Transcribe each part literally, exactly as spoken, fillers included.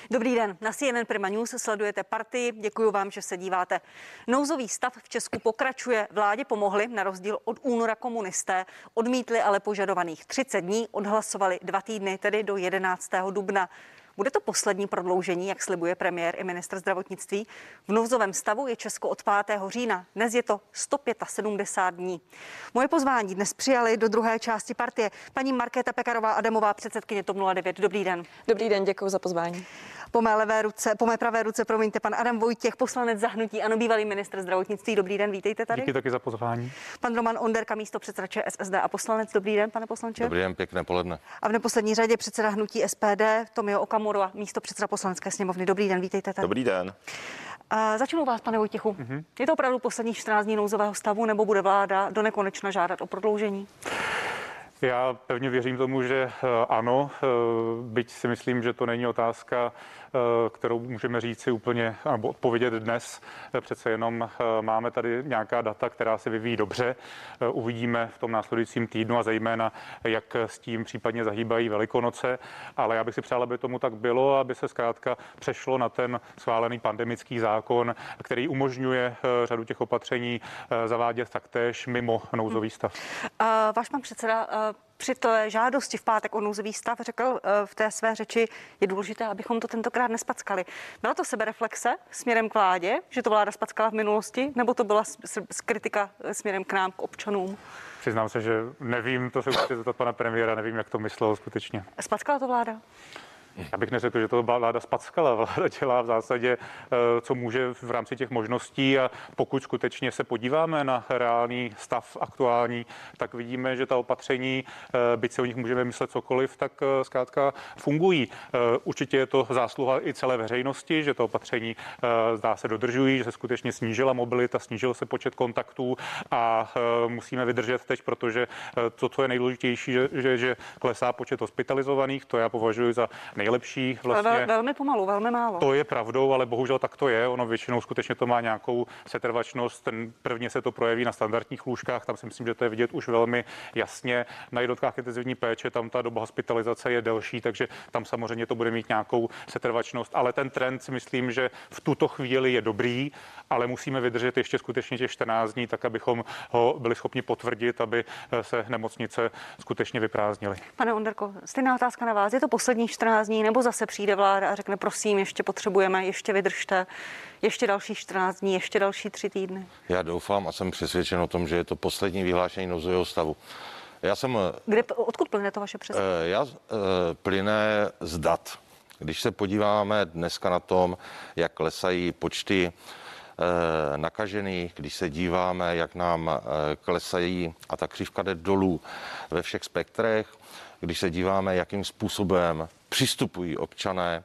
Dobrý den, na C N N Prima News sledujete Partii, děkuji vám, že se díváte. Nouzový stav v Česku pokračuje, vládě pomohli, na rozdíl od února komunisté, odmítli ale požadovaných třicet dní, odhlasovali dva týdny, tedy do jedenáctého dubna. Bude to poslední prodloužení, jak slibuje premiér i ministr zdravotnictví. V nouzovém stavu je Česko od pátého října. Dnes je to sto sedmdesát pět dní. Moje pozvání dnes přijali do druhé části Partie paní Markéta Pekarová Adamová, předsedkyně TOP nula devět. Dobrý den. Dobrý den, děkuji za pozvání. Po mé levé ruce, po mé pravé ruce, promiňte, pan Adam Vojtěch, poslanec za hnutí ANO, bývalý ministr zdravotnictví. Dobrý den, vítejte tady. Díky taky za pozvání. Pan Roman Onderka, místopředseda ČSSD a poslanec. Dobrý den, pane poslanče. Dobrý den, pěkné poledne. A v neposlední řadě předseda hnutí S P D Tomio Okamura, místopředseda Poslanecké sněmovny. Dobrý den, vítejte tady. Dobrý den. A začnu u vás, pane Vojtěchu. Mm-hmm. Je to opravdu posledních čtrnáct dní nouzového stavu, nebo bude vláda do nekonečna žádat o prodloužení? Já pevně věřím tomu, že ano, byť si myslím, že to není otázka, kterou můžeme říct si úplně, nebo odpovědět dnes. Přece jenom máme tady nějaká data, která se vyvíjí dobře. Uvidíme v tom následujícím týdnu a zejména, jak s tím případně zahýbají Velikonoce. Ale já bych si přál, aby tomu tak bylo, aby se zkrátka přešlo na ten schválený pandemický zákon, který umožňuje řadu těch opatření zavádět taktéž mimo nouzový stav. Uh, váš pan předseda uh... při té žádosti v pátek o nouzový stav řekl v té své řeči, je důležité, abychom to tentokrát nespackali. Byla to sebereflexe směrem k vládě, že to vláda spackala v minulosti, nebo to byla kritika směrem k nám, k občanům? Přiznám se, že nevím, to se musíte zeptat pana premiéra, nevím, jak to myslel skutečně. Spackala to vláda? Já bych neřekl, že to vláda spackala. Vláda dělá v zásadě, co může v rámci těch možností, a pokud skutečně se podíváme na reálný stav aktuální, tak vidíme, že ta opatření, byť se o nich můžeme myslet cokoliv, tak zkrátka fungují. Určitě je to zásluha i celé veřejnosti, že to opatření zdá se dodržují, že se skutečně snížila mobilita, snížil se počet kontaktů a musíme vydržet teď, protože to, co je nejdůležitější, že, že, že klesá počet hospitalizovaných, to já považuji za nejlepší vlastně. Vel, velmi pomalu, velmi málo. To je pravdou, ale bohužel tak to je. Ono většinou skutečně to má nějakou setrvačnost. Ten prvně se to projeví na standardních lůžkách, tam si myslím, že to je vidět už velmi jasně. Na jednotkách intenzivní péče tam ta doba hospitalizace je delší, takže tam samozřejmě to bude mít nějakou setrvačnost, ale ten trend si myslím, že v tuto chvíli je dobrý, ale musíme vydržet ještě skutečně těch čtrnáct dní, tak abychom ho byli schopni potvrdit, aby se nemocnice skutečně vyprázdnily. Pane Onderko, stejná otázka na vás. Je to poslední čtrnáct dní, nebo zase přijde vláda a řekne, prosím, ještě potřebujeme, ještě vydržte, ještě další čtrnáct dní, ještě další tři týdny? Já doufám a jsem přesvědčen o tom, že je to poslední vyhlášení nouzového stavu. Já jsem... Kde, odkud plyne to vaše přesvědčení? Já plyne z dat. Když se podíváme dneska na tom, jak klesají počty nakažených, když se díváme, jak nám klesají a ta křivka jde dolů ve všech spektrech, když se díváme, jakým způsobem přistupují občané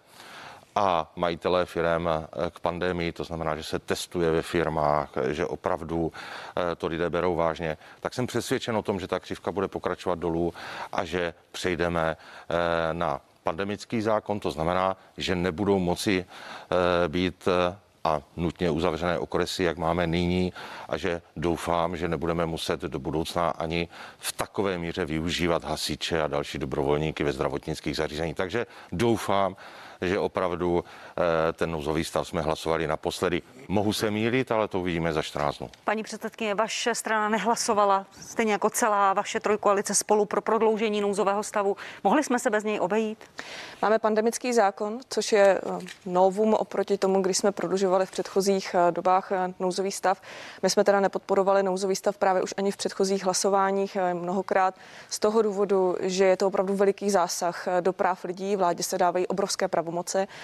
a majitelé firem k pandemii, to znamená, že se testuje ve firmách, že opravdu to lidé berou vážně, tak jsem přesvědčen o tom, že ta křivka bude pokračovat dolů a že přejdeme na pandemický zákon, to znamená, že nebudou moci být a nutně uzavřené okresy, jak máme nyní, a že doufám, že nebudeme muset do budoucna ani v takové míře využívat hasiče a další dobrovolníky ve zdravotnických zařízeních. Takže doufám, že opravdu ten nouzový stav jsme hlasovali naposledy. Mohu se mýlit, ale to uvidíme za čtrnáct dnů. Paní předsedkyně, vaše strana nehlasovala, stejně jako celá vaše trojkoalice spolu, pro prodloužení nouzového stavu. Mohli jsme se bez něj obejít? Máme pandemický zákon, což je novum oproti tomu, když jsme prodlužovali v předchozích dobách nouzový stav. My jsme teda nepodporovali nouzový stav právě už ani v předchozích hlasováních mnohokrát z toho důvodu, že je to opravdu veliký zásah do práv lidí. Vládě se dávají obrovské pravomoci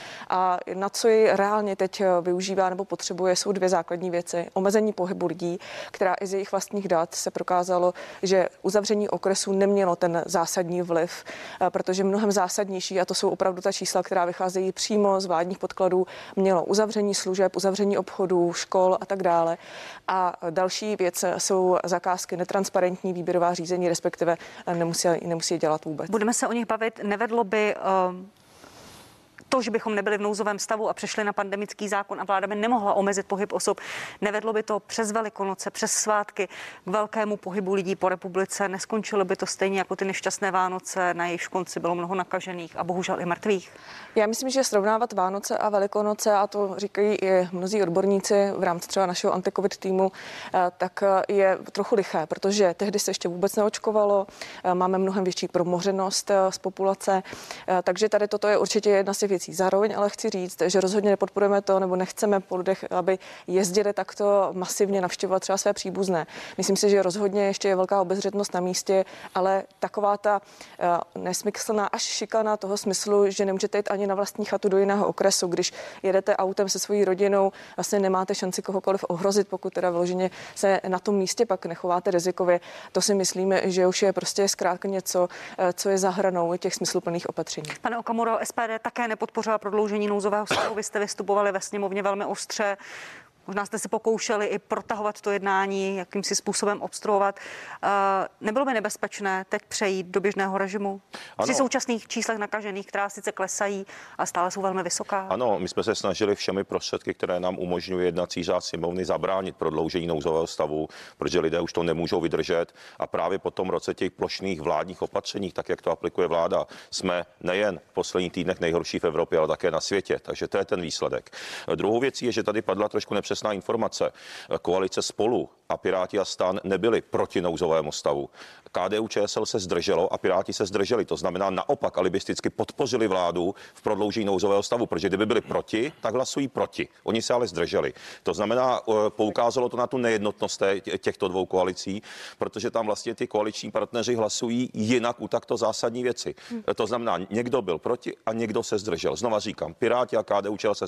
a na co ji reálně teď využívá nebo potřebuje, jsou dvě základní věci. Omezení pohybu lidí, která i z jejich vlastních dat se prokázalo, že uzavření okresů nemělo ten zásadní vliv, protože mnohem zásadnější, a to jsou opravdu ta čísla, která vycházejí přímo z vládních podkladů, mělo uzavření služeb, uzavření obchodů, škol a tak dále. A další věc jsou zakázky, netransparentní výběrová řízení, respektive nemusí, nemusí dělat vůbec. Budeme se o nich bavit. Nevedlo by uh... to to, že bychom nebyli v nouzovém stavu a přešli na pandemický zákon a vláda by nemohla omezit pohyb osob, nevedlo by to přes Velikonoce, přes svátky k velkému pohybu lidí po republice, neskončilo by to stejně jako ty nešťastné Vánoce, na jejichž konci bylo mnoho nakažených a bohužel i mrtvých? Já myslím, že srovnávat Vánoce a Velikonoce, a to říkají i mnozí odborníci v rámci třeba našeho anti-covid týmu, tak je trochu liché, protože tehdy se ještě vůbec neočkovalo, máme mnohem větší promořenost z populace, takže tady toto je určitě jedna z těch věcí. Zároveň ale chci říct, že rozhodně nepodporujeme to, nebo nechceme po lidech, aby jezdili takto masivně navštěvovat třeba své příbuzné. Myslím si, že rozhodně ještě je velká obezřetnost na místě, ale taková ta nesmyslná až šikana toho smyslu, že nemůžete jít ani na vlastní chatu do jiného okresu, když jedete autem se svojí rodinou, vlastně nemáte šanci kohokoliv ohrozit, pokud teda vyloženě se na tom místě pak nechováte rizikově. To si myslíme, že už je prostě zkrátka něco, co je za hranou těch smysluplných opatření. Pane Okamuro, S P D také nepodpořila prodloužení nouzového stavu. Vy jste vystupovali ve sněmovně velmi ostře. Možná jste se pokoušeli i protahovat to jednání, jakýmsi způsobem obstruovat. Nebylo by nebezpečné teď přejít do běžného režimu? Ano. Při současných číslech nakažených, která sice klesají, a stále jsou velmi vysoká. Ano, my jsme se snažili všemi prostředky, které nám umožňuje jednací řád sněmovny, zabránit prodloužení nouzového stavu, protože lidé už to nemůžou vydržet. A právě po tom roce těch plošných vládních opatření, tak jak to aplikuje vláda, jsme nejen v posledních týdnech nejhorší v Evropě, ale také na světě. Takže to je ten výsledek. Druhou věcí je, že tady padla trošku nepřesná informace. Koalice Spolu a Piráti a STAN nebyli proti nouzovému stavu. K D U Č S L se zdrželo a Piráti se zdrželi. To znamená naopak alibisticky podpořili vládu v prodloužení nouzového stavu, protože kdyby byli proti, tak hlasují proti. Oni se ale zdrželi. To znamená, poukázalo to na tu nejednotnost těchto dvou koalicí, protože tam vlastně ty koaliční partneři hlasují jinak u takto zásadní věci. To znamená, někdo byl proti a někdo se zdržel. Znova říkám, Piráti a K D U Č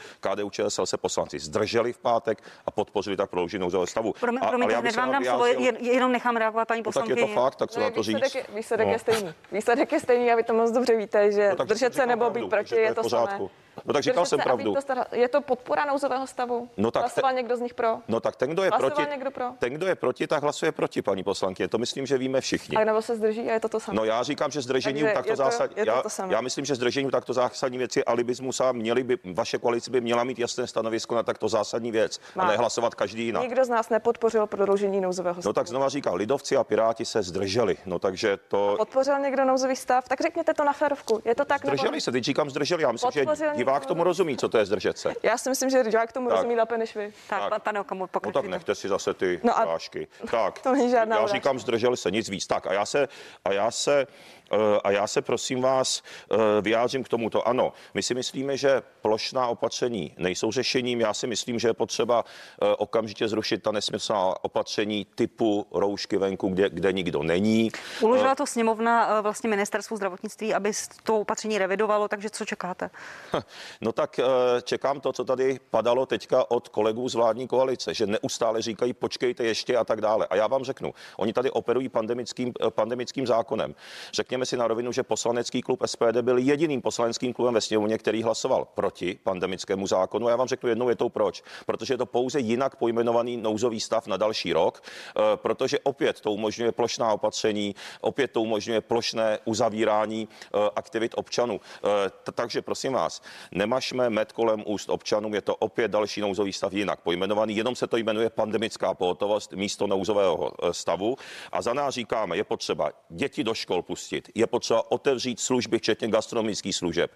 S L se poslanci zdrželi v pátek a podpořili tak prodloužení nouzového stavu. Promiň, promiňte, hned vám dám slovo, jenom nechám reagovat paní poslankyni. Tak je to fakt, tak co na to říct? Výsledek, je, výsledek no. je stejný. Výsledek je stejný a vy to moc dobře víte, že no, držet se nebo být proti je to samé. No tak říkal jsem pravdu. Je to podpora nouzového stavu? No tak Hlasoval te... někdo z nich pro? No tak ten, kdo je Hlasoval proti, někdo pro? ten, kdo je proti, tak hlasuje proti, paní poslankyně. To myslím, že víme všichni. A nebo se zdrží a je to to samé. No já říkám, že zdržení takto zásadní. Já, já myslím, že zdržení takto zásadní věci alibismus a měli by vaše koalice by měla mít jasné stanovisko na takto zásadní věc, Má. a ne hlasovat každý jinak. Nikdo z nás nepodpořil prodloužení nouzového stavu. No tak znova říkám, lidovci a Piráti se zdrželi. No takže to a podpořil někdo nouzový stav? Tak řekněte to na férovku. Je to tak? Zdrželi nebo... se, teď říkám zdrželi. Já myslím, podpořil že divák tomu rozumí, co to je zdržet se. Já si myslím, že divák tomu tak. rozumí lépe než vy. Tak, tak. Pane Okamuro, pokračujte. No tak nechte si zase ty no urážky. Tak. To není žádná Já urážka. říkám zdrželi se, nic víc. Tak a já se a já se a já se prosím vás vyjádřím k tomuto. Ano, my si myslíme, že plošná opatření nejsou řešením. Já si myslím, že je potřeba okamžitě zrušit ta nesmyslná opatření typu roušky venku, kde, kde nikdo není. Uložila to sněmovna vlastně ministerstvu zdravotnictví, aby to opatření revidovalo, takže co čekáte? No tak čekám to, co tady padalo teďka od kolegů z vládní koalice, že neustále říkají počkejte ještě a tak dále. A já vám řeknu, oni tady operují pandemickým, pandemickým zákonem. Řekněme si na rovinu, že poslanecký klub S P D byl jediným poslaneckým klubem ve sněmovně, který hlasoval proti pandemickému zákonu. A já vám řeknu jednou větou proč. Protože je to pouze jinak pojmenovaný nouzový stav na další rok, protože opět to umožňuje plošná opatření, opět to umožňuje plošné uzavírání aktivit občanů. Takže prosím vás, nemažme med kolem úst občanům, je to opět další nouzový stav jinak pojmenovaný, jenom se to jmenuje pandemická pohotovost místo nouzového stavu. A za nás říkáme, je potřeba děti do škol pustit, je potřeba otevřít služby, včetně gastronomických služeb,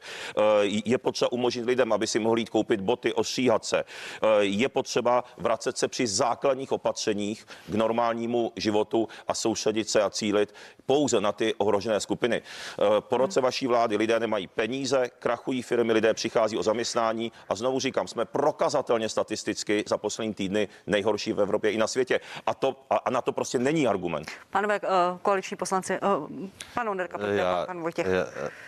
je potřeba umožnit lidem, aby si mohli jít koupit boty, ostříhat se, je potřeba vracet se při základních opatřeních k normálnímu životu a soustředit se a cílit pouze na ty ohrožené skupiny. Po roce vaší vlády lidé nemají peníze, krachují firmy, lidé přichází o zaměstnání a znovu říkám, jsme prokazatelně statisticky za poslední týdny nejhorší v Evropě i na světě. A, to, a, a na to prostě není argument. Pánové, uh, koaliční poslanci, uh, pan Onderka, já, pan Vojtěch. Já,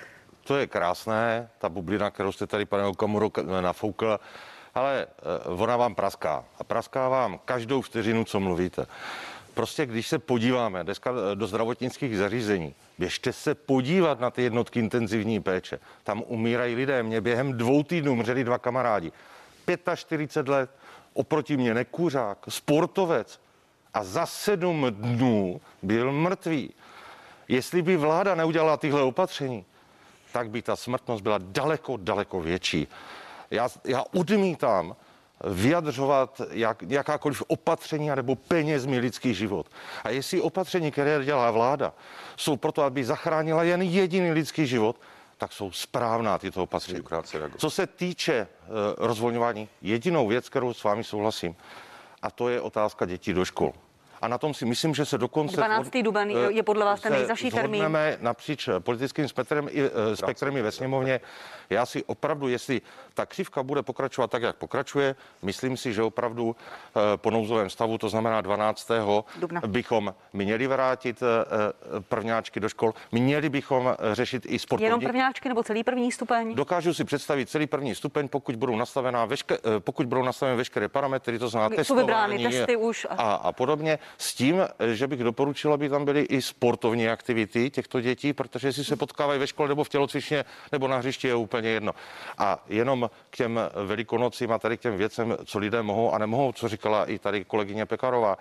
to je krásné, ta bublina, kterou jste tady, pane Okamuro, nafoukl, ale uh, ona vám praská. A praská vám každou vteřinu, co mluvíte. Prostě když se podíváme dneska do zdravotnických zařízení, běžte se podívat na ty jednotky intenzivní péče. Tam umírají lidé. Mě během dvou týdnů umřeli dva kamarádi. čtyřicet pět let, oproti mě nekuřák, sportovec. A za sedm dnů byl mrtvý. Jestli by vláda neudělala tyhle opatření, tak by ta smrtnost byla daleko, daleko větší. Já, já odmítám vyjadřovat jak, jakákoliv opatření nebo penězmi lidský život. A jestli opatření, které dělá vláda, jsou proto, aby zachránila jen jediný lidský život, tak jsou správná tyto opatření. Co se týče uh, rozvolňování, jedinou věc, kterou s vámi souhlasím, a to je otázka dětí do škol. A na tom si myslím, že se dokonce... dvanáctého duben je podle vás ten nejzaší termín. Zhodneme napříč politickým spektrem i, spektrem i ve sněmovně. Já si opravdu, jestli ta křivka bude pokračovat tak, jak pokračuje, myslím si, že opravdu po nouzovém stavu, to znamená dvanáctého dubna, bychom měli vrátit prvňáčky do škol, měli bychom řešit i sportovní... Jenom prvňáčky nebo celý první stupeň? Dokážu si představit celý první stupeň, pokud budou nastavená veške, pokud budou nastaveny veškeré parametry, to znamená testování testy už a... A, a podobně. S tím, že bych doporučila, aby tam byly i sportovní aktivity těchto dětí, protože jestli se potkávají ve škole nebo v tělocvičně nebo na hřišti, je úplně jedno. A jenom k těm velikonocím a tady k těm věcem, co lidé mohou a nemohou, co říkala i tady kolegyně Pekarová.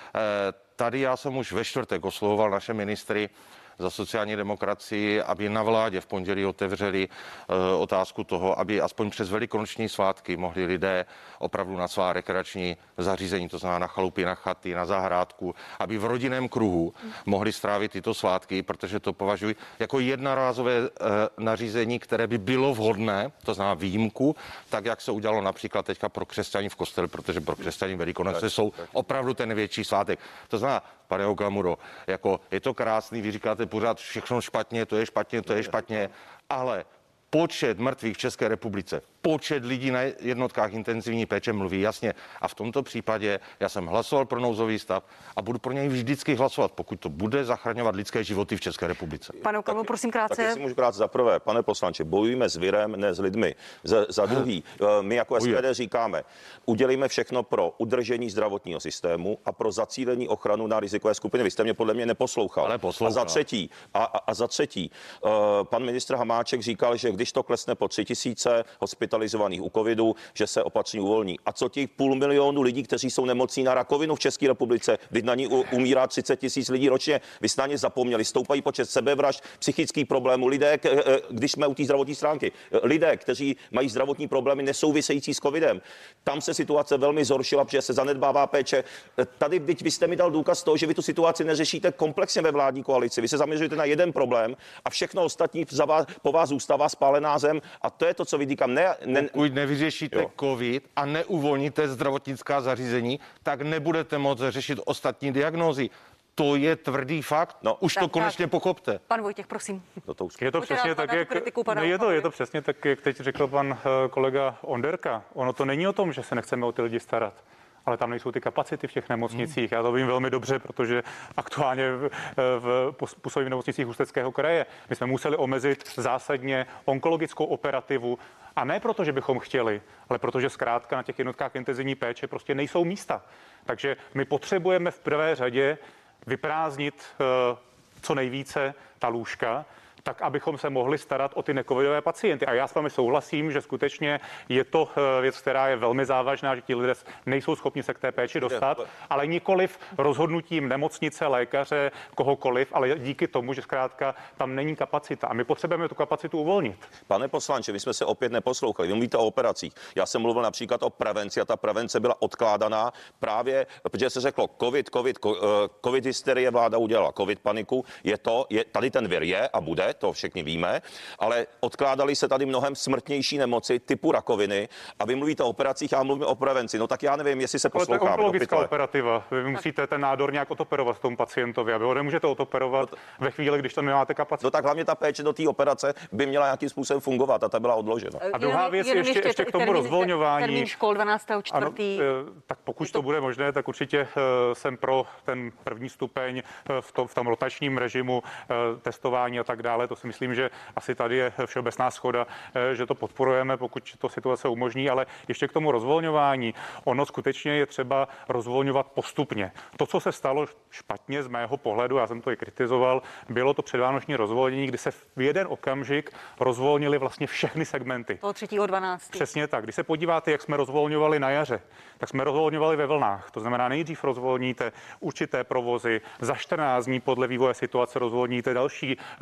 Tady já jsem už ve čtvrtek oslovoval naše ministry za sociální demokracii, aby na vládě v pondělí otevřeli uh, otázku toho, aby aspoň přes velikonoční svátky mohli lidé opravdu na svá rekreační zařízení, to znamená na chalupy, na chaty, na zahrádku, aby v rodinném kruhu mohli strávit tyto svátky, protože to považuji jako jednorázové uh, nařízení, které by bylo vhodné, to znamená výjimku, tak jak se udělalo například teďka pro křesťany v kostele, protože pro křesťany Velikonoce jsou opravdu ten větší svátek. To znamená, pane Okamuro, jako je to krásný, vy říkáte pořád všechno špatně, to je špatně, to je špatně, ale počet mrtvých v České republice, počet lidí na jednotkách intenzivní péče mluví jasně. A v tomto případě já jsem hlasoval pro nouzový stav a budu pro něj vždycky hlasovat, pokud to bude zachraňovat lidské životy v České republice. Pane Okamuro, prosím krátce. Tak jestli můžu krátce za prvé, pane poslanče, bojujeme s virem, ne s lidmi. Za, za druhý, my jako S P D říkáme, udělejme všechno pro udržení zdravotního systému a pro zacílení ochranu na rizikové skupiny. Vy jste mě podle mě neposlouchal. Ale poslouchal. A za třetí, a, a, a za třetí, uh, pan ministr Hamáček říkal, že když to klesne po tři tisíce hospitalizovaných u covidu, že se opatření uvolní. A co těch půl milionu lidí, kteří jsou nemocní na rakovinu v České republice, kdy na ní umírá třicet tisíc lidí ročně, vy jste na ně zapomněli, stoupají počet sebevražd, psychických problémů. Lidé, když jsme u té zdravotní stránky, lidé, kteří mají zdravotní problémy nesouvisející s covidem, tam se situace velmi zhoršila, protože se zanedbává péče. Tady teď vy jste mi dal důkaz toho, že vy tu situaci neřešíte komplexně ve vládní koalici. Vy se zaměřujete na jeden problém a všechno ostatní za vás, po vás zůstává spálená zem a to je to, co vydýkám. Ne, ne, Pokud nevyřešíte jo. covid a neuvolníte zdravotnická zařízení, tak nebudete moct řešit ostatní diagnózy. To je tvrdý fakt. No, už tak, to konečně tak. Pochopte. Pan Vojtěch, prosím. Je to přesně tak, jak ne, je to, je to přesně tak, jak teď řekl pan kolega Onderka. Ono to není o tom, že se nechceme o ty lidi starat. Ale tam nejsou ty kapacity v těch nemocnicích. Já to vím velmi dobře, protože aktuálně v, v působím v nemocnicích Ústeckého kraje. My jsme museli omezit zásadně onkologickou operativu. A ne proto, že bychom chtěli, ale protože zkrátka na těch jednotkách intenzivní péče prostě nejsou místa. Takže my potřebujeme v prvé řadě vyprázdnit uh, co nejvíce ta lůžka, tak abychom se mohli starat o ty necovidové pacienty. A já s vámi souhlasím, že skutečně je to věc, která je velmi závažná, že ti lidé nejsou schopni se k té péči dostat, ale nikoliv rozhodnutím nemocnice, lékaře, kohokoliv, ale díky tomu, že zkrátka tam není kapacita. A my potřebujeme tu kapacitu uvolnit. Pane poslanče, my jsme se opět neposlouchali. Vy mluvíte o operacích. Já jsem mluvil například o prevenci a ta prevence byla odkládaná právě, protože se řeklo covid, covid, covid hysterie vláda udělala, covid paniku. Je to, je, tady ten vir je a bude, to všichni víme, ale odkládali se tady mnohem smrtnější nemoci typu rakoviny a vy mluvíte o operacích, já mluvím o prevenci. No tak já nevím, jestli se posloucháme. Ale to je onkologická operativa. Vy musíte ten nádor nějak otoperovat tomu pacientovi a vy ho nemůžete otoperovat no, ve chvíli, když tam nemáte kapacitu. No tak hlavně ta péče do té operace by měla nějakým způsobem fungovat a ta byla odložena. A druhá věc ještě, ještě, ještě k tomu termín, rozvolňování. Termín škol dvanáctého čtvrtého Tak pokud to bude možné, tak určitě jsem pro ten první stupeň v tom, v tom rotačním režimu testování a tak dále. To si myslím, že asi tady je všeobecná shoda, že to podporujeme, pokud to situace umožní, ale ještě k tomu rozvolňování. Ono skutečně je třeba rozvolňovat postupně. To, co se stalo špatně z mého pohledu, já jsem to i kritizoval, bylo to předvánoční rozvolnění, kdy se v jeden okamžik rozvolnili vlastně všechny segmenty. Toho třetího dvanáctého Přesně tak. Když se podíváte, jak jsme rozvolňovali na jaře, tak jsme rozvolňovali ve vlnách. To znamená, nejdřív rozvolníte určité provozy, za čtrnáct dní podle vývoje situace rozvolníte další uh,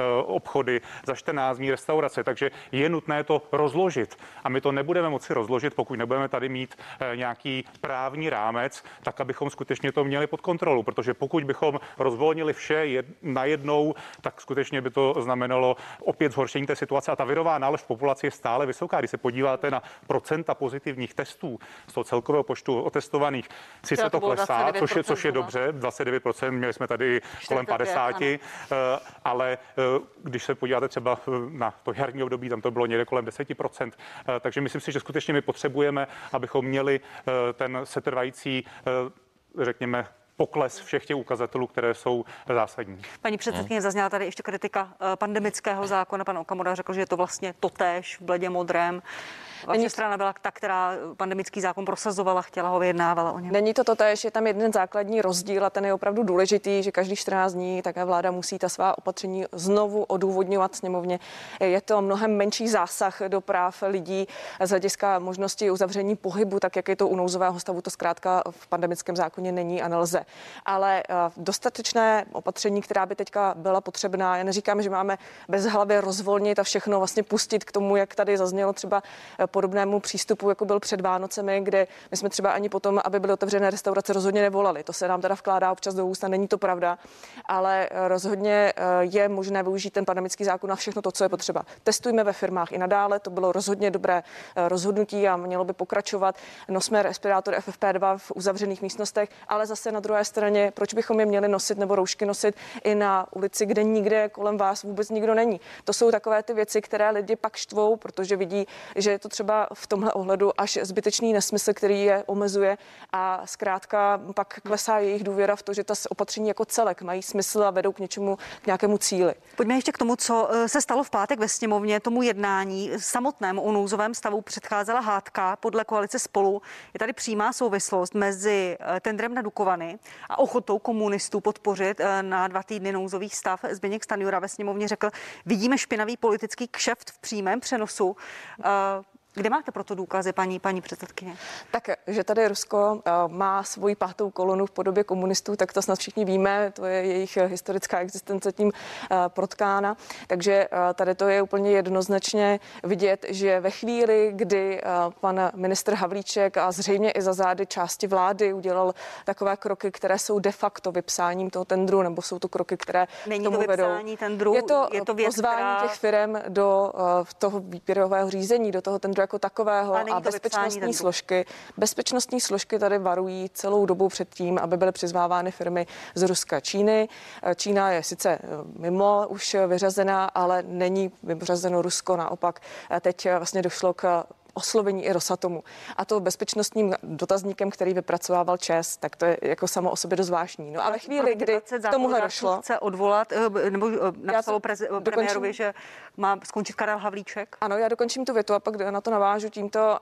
obchody, za čtrnáct dní restaurace, takže je nutné to rozložit. A my to nebudeme moci rozložit, pokud nebudeme tady mít nějaký právní rámec, tak abychom skutečně to měli pod kontrolu, protože pokud bychom rozvolnili vše najednou, tak skutečně by to znamenalo opět zhoršení té situace a ta virová nálož v populaci je stále vysoká. Když se podíváte na procenta pozitivních testů z toho celkového počtu otestovaných, sice to, to klesá, což je, což je dobře, dvacet devět procent, měli jsme tady kolem padesát, ale když se podíváte třeba na to jarní období, tam to bylo někde kolem deset procent, takže myslím si, že skutečně my potřebujeme, abychom měli ten setrvající, řekněme, pokles všech těch ukazatelů, které jsou zásadní. Paní předsedkyně, zazněla tady ještě kritika pandemického zákona. Pan Okamura řekl, že je to vlastně totéž v bledě modrém. Vaše Není... strana byla ta, která pandemický zákon prosazovala, chtěla ho, vyjednávala o něm. Není to totéž, je tam jeden základní rozdíl a ten je opravdu důležitý, že každý čtrnáct dní také vláda musí ta svá opatření znovu odůvodňovat sněmovně. Je to mnohem menší zásah do práv lidí z hlediska možnosti uzavření pohybu, tak jak je to u nouzového stavu, to zkrátka v pandemickém zákoně není a nelze. Ale dostatečné opatření, která by teďka byla potřebná, já neříkám, že máme bezhlavě rozvolnit a všechno vlastně pustit k tomu, jak tady zaznělo třeba podobnému přístupu, jako byl před Vánocemi, kde my jsme třeba ani potom, aby byly otevřené restaurace, rozhodně nevolali. To se nám teda vkládá občas do úst a není to pravda, ale rozhodně je možné využít ten pandemický zákon na všechno to, co je potřeba. Testujme ve firmách i nadále, to bylo rozhodně dobré rozhodnutí a mělo by pokračovat. Nosme respirátory F F P dva v uzavřených místnostech, ale zase na druhé straně, proč bychom je měli nosit nebo roušky nosit i na ulici, kde nikde kolem vás vůbec nikdo není. To jsou takové ty věci, které lidi pak štvou, protože vidí, že je to třeba v tomhle ohledu až zbytečný nesmysl, který je omezuje a zkrátka pak klesá jejich důvěra v to, že ta opatření jako celek mají smysl a vedou k něčemu, k nějakému cíli. Pojďme ještě k tomu, co se stalo v pátek ve sněmovně, tomu jednání samotnému o nouzovém stavu předcházela hádka podle koalice Spolu. Je tady přímá souvislost mezi tendrem na Dukovany a ochotou komunistů podpořit na dva týdny nouzový stav. Zbyněk Stanjura ve sněmovně řekl, vidíme špinavý politický kšeft v přímém přenosu. Kde máte proto důkazy, paní, paní předsedkyně? Tak, že tady Rusko uh, má svoji pátou kolonu v podobě komunistů, tak to snad všichni víme, to je jejich historická existence tím uh, protkána. Takže uh, tady to je úplně jednoznačně vidět, že ve chvíli, kdy uh, pan ministr Havlíček a zřejmě i za zády části vlády udělal takové kroky, které jsou de facto vypsáním toho tendru, nebo jsou to kroky, které Není k tomu to vypsání vedou. Tendru, je to, je to věc, pozvání která... těch firem do uh, toho výběrového řízení, do toho tendru jako takového a bezpečnostní složky. Bezpečnostní složky tady varují celou dobu před tím, aby byly přizvávány firmy z Ruska, Číny. Čína je sice mimo už vyřazená, ale není vyřazeno Rusko. Naopak teď vlastně došlo k oslovení i Rosatomu. A to bezpečnostním dotazníkem, který vypracovával ČES, tak to je jako samo o sobě dost zvláštní. No a ve chvíli, kdy k tomuhle došlo... chce odvolat, nebo napsalo prezi- premiérovi, že má skončit Karel Havlíček? Ano, já dokončím tu větu a pak na to navážu tímto.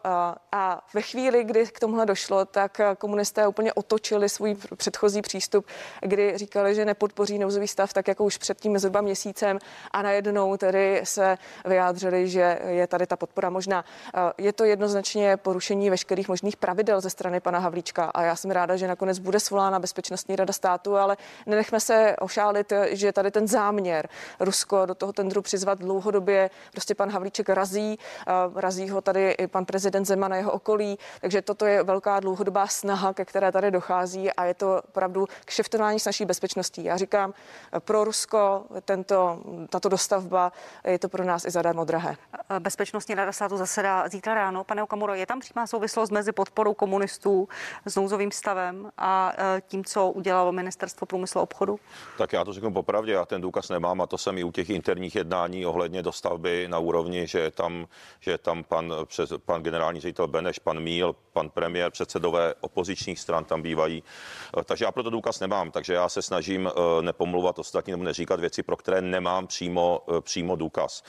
A ve chvíli, kdy k tomuhle došlo, tak komunisté úplně otočili svůj předchozí přístup, kdy říkali, že nepodpoří nouzový stav, tak jako už před tím zhruba měsícem a najednou tedy se vyjádřili, že je tady ta podpora možná. Je to jednoznačně porušení veškerých možných pravidel ze strany pana Havlíčka a já jsem ráda, že nakonec bude svolána Bezpečnostní rada státu, ale nenechme se ošálit, že tady ten záměr Rusko do toho tendru přizvat dlouhodobě prostě pan Havlíček razí, razí ho tady i pan prezident Zeman a jeho okolí, takže toto je velká dlouhodobá snaha, ke které tady dochází a je to opravdu kšeftování s naší bezpečností. Já říkám, pro Rusko tento, tato dostavba je to pro nás i zadarmo drahé. Bezpečnostní rada státu zasedá zítra ráno. Pane Okamuro, je tam přímá souvislost mezi podporou komunistů s nouzovým stavem a tím, co udělalo Ministerstvo průmyslu a obchodu? Tak já to řeknu popravdě, já ten důkaz nemám a to jsem i u těch interních jednání ohledně dostavby na úrovni, že je tam, že je tam pan, přes, pan generální ředitel Beneš, pan Míl, pan premiér, předsedové opozičních stran tam bývají. Takže já proto důkaz nemám, takže já se snažím nepomluvat ostatní nebo neříkat věci, pro které nemám přímo, přímo důkaz.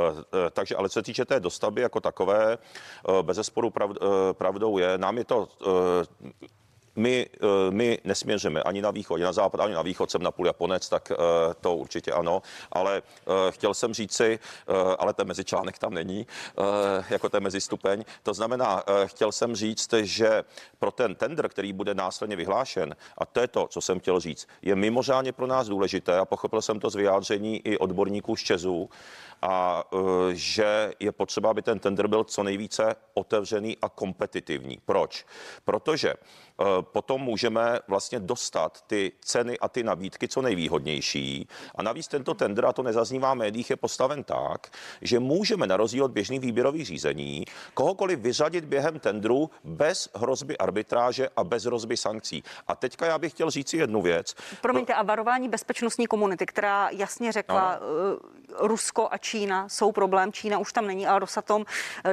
Takže ale co se týče té dostavby jako takové, bezesporu prav, pravdou je, nám je to My, my nesměříme ani na východ, ani na západ, ani na východ, jsem na půl Japonec, tak to určitě ano, ale chtěl jsem říci, ale ten mezičlánek tam není, jako ten mezistupeň. To znamená, chtěl jsem říct, že pro ten tendr, který bude následně vyhlášen, a to je to, co jsem chtěl říct, je mimořádně pro nás důležité a pochopil jsem to z vyjádření i odborníků z ČEZu, a že je potřeba, aby ten tendr byl co nejvíce otevřený a kompetitivní. Proč? Protože potom můžeme vlastně dostat ty ceny a ty nabídky co nejvýhodnější. A navíc tento tendr, a to nezaznívá v médiích, je postaven tak, že můžeme na rozdíl od běžných výběrových řízení kohokoliv vyřadit během tendru bez hrozby arbitráže a bez hrozby sankcí. A teďka já bych chtěl říct jednu věc. Promiňte, a varování bezpečnostní komunity, která jasně řekla, no. Rusko a Čína jsou problém. Čína už tam není, ale Rosatom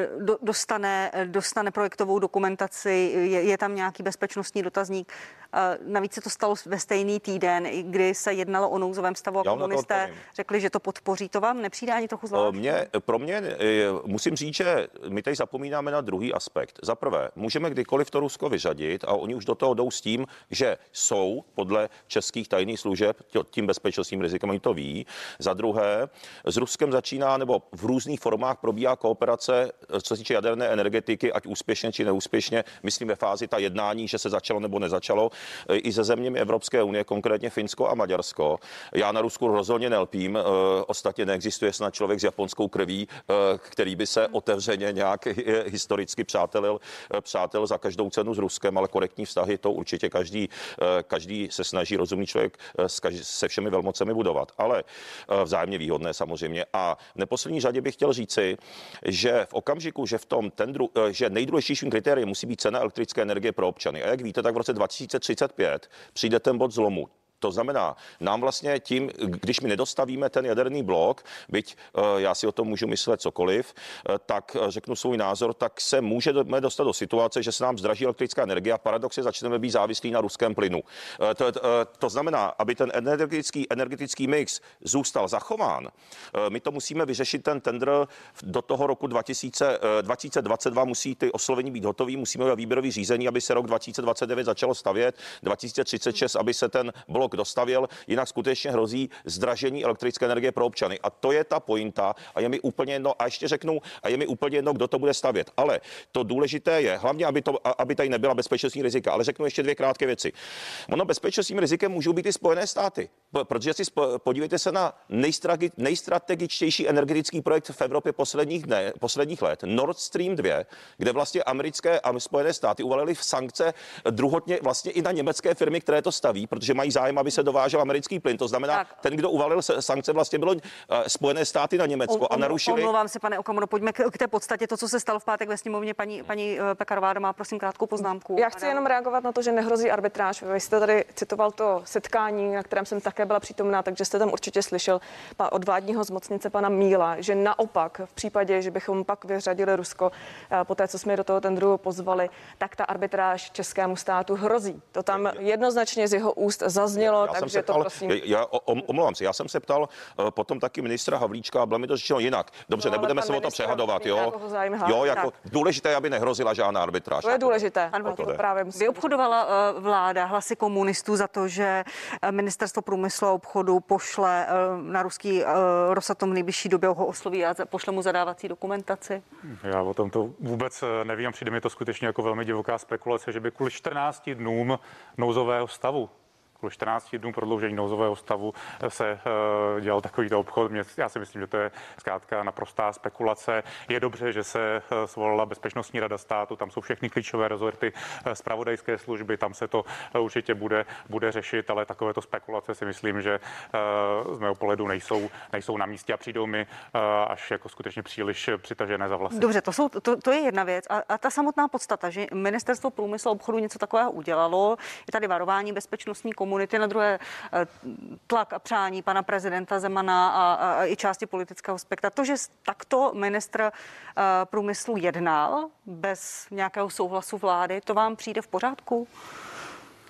dostane, dostane projektovou dokumentaci, je, je tam nějaký bezpečnostní dotazník. Navíc se to stalo ve stejný týden, kdy se jednalo o nouzovém stavu a komunisté řekli, že to podpoří. To vám nepřijde ani trochu zvláštní? Mě, pro mě musím říct, že my tady zapomínáme na druhý aspekt. Za prvé, můžeme kdykoliv to Rusko vyřadit a oni už do toho jdou s tím, že jsou podle českých tajných služeb tím bezpečnostním rizikem, oni to ví. Za druhé, s Ruskem začíná nebo v různých formách probíhá kooperace, co se týče jaderné energetiky, ať úspěšně či neúspěšně, myslím ve fázi ta jednání, že se začalo nebo nezačalo, i se zeměmi Evropské unie, konkrétně Finsko a Maďarsko. Já na Rusku rozhodně nelpím, ostatně neexistuje snad člověk s japonskou krví, který by se otevřeně nějak historicky přátelil, přátel za každou cenu s Ruskem, ale korektní vztahy to určitě každý, každý se snaží rozumný člověk se všemi velmocemi budovat, ale vzájemně výhodné samozřejmě. A v neposlední řadě bych chtěl říci, že v okamžiku, že v tom tendru, že nejdůležitějším kritériem musí být cena elektrické energie pro občany. A jak víte, tak v roce dva tisíce třicet pět přijde ten bod zlomu. To znamená, nám vlastně tím, když my nedostavíme ten jaderný blok, byť já si o tom můžu myslet cokoliv, tak řeknu svůj názor, tak se můžeme dostat do situace, že se nám zdraží elektrická energie a paradoxně začneme být závislí na ruském plynu. To, to, to znamená, aby ten energetický, energetický mix zůstal zachován, my to musíme vyřešit ten tendr do toho roku dva tisíce dvacet dva, musí ty oslovení být hotový, musíme udělat výběrový řízení, aby se rok dva tisíce dvacet devět začalo stavět, dva tisíce třicet šest, aby se ten blok dostavěl, jinak skutečně hrozí zdražení elektrické energie pro občany. A to je ta pointa a je mi úplně jedno, a ještě řeknu, a je mi úplně jedno, kdo to bude stavět. Ale to důležité je, hlavně, aby, to, aby tady nebyla bezpečnostní rizika. Ale řeknu ještě dvě krátké věci. Ono bezpečnostním rizikem můžou být i Spojené státy, protože si podívejte se na nejstragi, nejstrategičtější energetický projekt v Evropě posledních, dne, posledních let, Nord Stream dva, kde vlastně americké a Spojené státy uvalily v sankce druhotně vlastně i na německé firmy, které to staví, protože mají zájem, aby se dovážel americký plyn. To znamená, tak. ten, kdo uvalil sankce, vlastně bylo Spojené státy na Německo a narušili. Omlouvám se, pane Okamuro, pojďme k, k té podstatě. To, co se stalo v pátek ve sněmovně, paní, paní Pekarová má, prosím, krátkou poznámku. Já chci jenom reagovat na to, že nehrozí arbitráž. Vy jste tady citoval to setkání, na kterém jsem také byla přítomná, takže jste tam určitě slyšel od vládního zmocněnce pana Míla, že naopak v případě, že bychom pak vyřadili Rusko po té, co jsme do toho tendru pozvali, tak ta arbitráž českému státu hrozí. To tam jednoznačně z jeho úst zaznělo. Já takže to ptal, prosím. Já omlouvám se, já jsem se ptal uh, potom taky ministra Havlíčka a bylo mi to řečeno jinak. Dobře, no, nebudeme se o to přehadovat, jo? Jo, jako tak. Důležité, aby nehrozila žádná arbitráž. To je důležité. Ano, to právě musí. Vyobchodovala uh, vláda hlasy komunistů za to, že uh, ministerstvo průmyslu a obchodu pošle uh, na ruský uh, Rosatom v nejbližší době ho osloví a pošle mu zadávací dokumentaci. Já o tom to vůbec nevím, přijde mi to skutečně jako velmi divoká spekulace, že by kvůli čtrnácti dnům nouzového stavu kvůli čtrnácti dnů prodloužení nouzového stavu se uh, dělal takovýto obchod. Mě, já si myslím, že to je zkrátka naprostá spekulace. Je dobře, že se uh, svolala Bezpečnostní rada státu, tam jsou všechny klíčové rezorty uh, zpravodajské služby, tam se to uh, určitě bude, bude řešit, ale takovéto spekulace si myslím, že uh, z mého pohledu nejsou, nejsou na místě a přijdou mi uh, až jako skutečně příliš přitažené za vlasy. Dobře, to, jsou, to, to je jedna věc. A, a ta samotná podstata, že ministerstvo průmyslu a obchodu něco takového udělalo, je tady varování bezpečnostní komunity, na druhé tlak a přání pana prezidenta Zemana a, a, a i části politického spektra. To, že takto ministr uh, průmyslu jednal bez nějakého souhlasu vlády, to vám přijde v pořádku?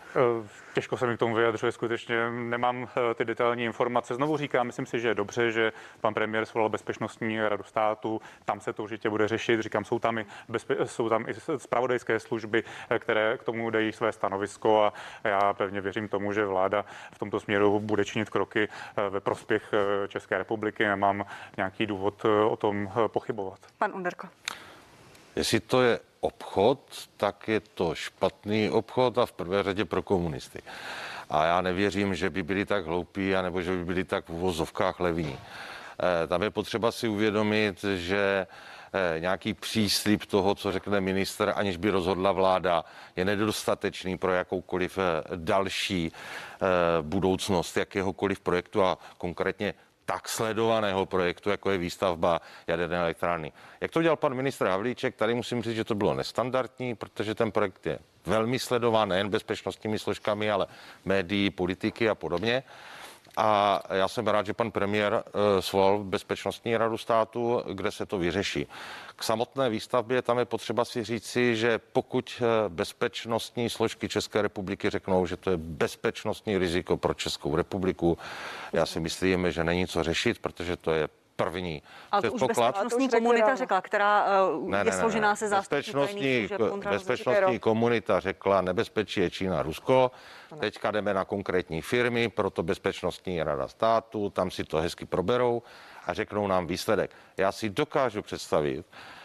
Těžko se mi k tomu vyjadřuje, skutečně nemám ty detailní informace. Znovu říkám, myslím si, že je dobře, že pan premiér svolal Bezpečnostní radu státu, tam se to určitě bude řešit. Říkám, jsou tam i, bezpe- jsou tam i zpravodajské služby, které k tomu dají své stanovisko a já pevně věřím tomu, že vláda v tomto směru bude činit kroky ve prospěch České republiky. Nemám nějaký důvod o tom pochybovat. Pan Onderko. Jestli to je obchod, tak je to špatný obchod a v prvé řadě pro komunisty. A já nevěřím, že by byli tak hloupí, anebo že by byli tak v uvozovkách levní. E, tam je potřeba si uvědomit, že e, nějaký příslib toho, co řekne ministr, aniž by rozhodla vláda, je nedostatečný pro jakoukoliv další e, budoucnost jakéhokoliv projektu a konkrétně tak sledovaného projektu, jako je výstavba jaderné elektrárny. Jak to dělal pan ministr Havlíček, tady musím říct, že to bylo nestandardní, protože ten projekt je velmi sledován nejen bezpečnostními složkami, ale médií, politiky a podobně. A já jsem rád, že pan premiér svolal Bezpečnostní radu státu, kde se to vyřeší. K samotné výstavbě tam je potřeba si říci, že pokud bezpečnostní složky České republiky řeknou, že to je bezpečnostní riziko pro Českou republiku, já si myslím, že není co řešit, protože to je první. Ale to už bezpečnostní komunita řekla, která uh, ne, je ne, složená ne. se zástupci tajných služeb. Bezpečnostní komunita řekla, nebezpečí je Čína, Rusko. Teďka jdeme na konkrétní firmy, proto Bezpečnostní rada státu, tam si to hezky proberou a řeknou nám výsledek. Já si dokážu představit,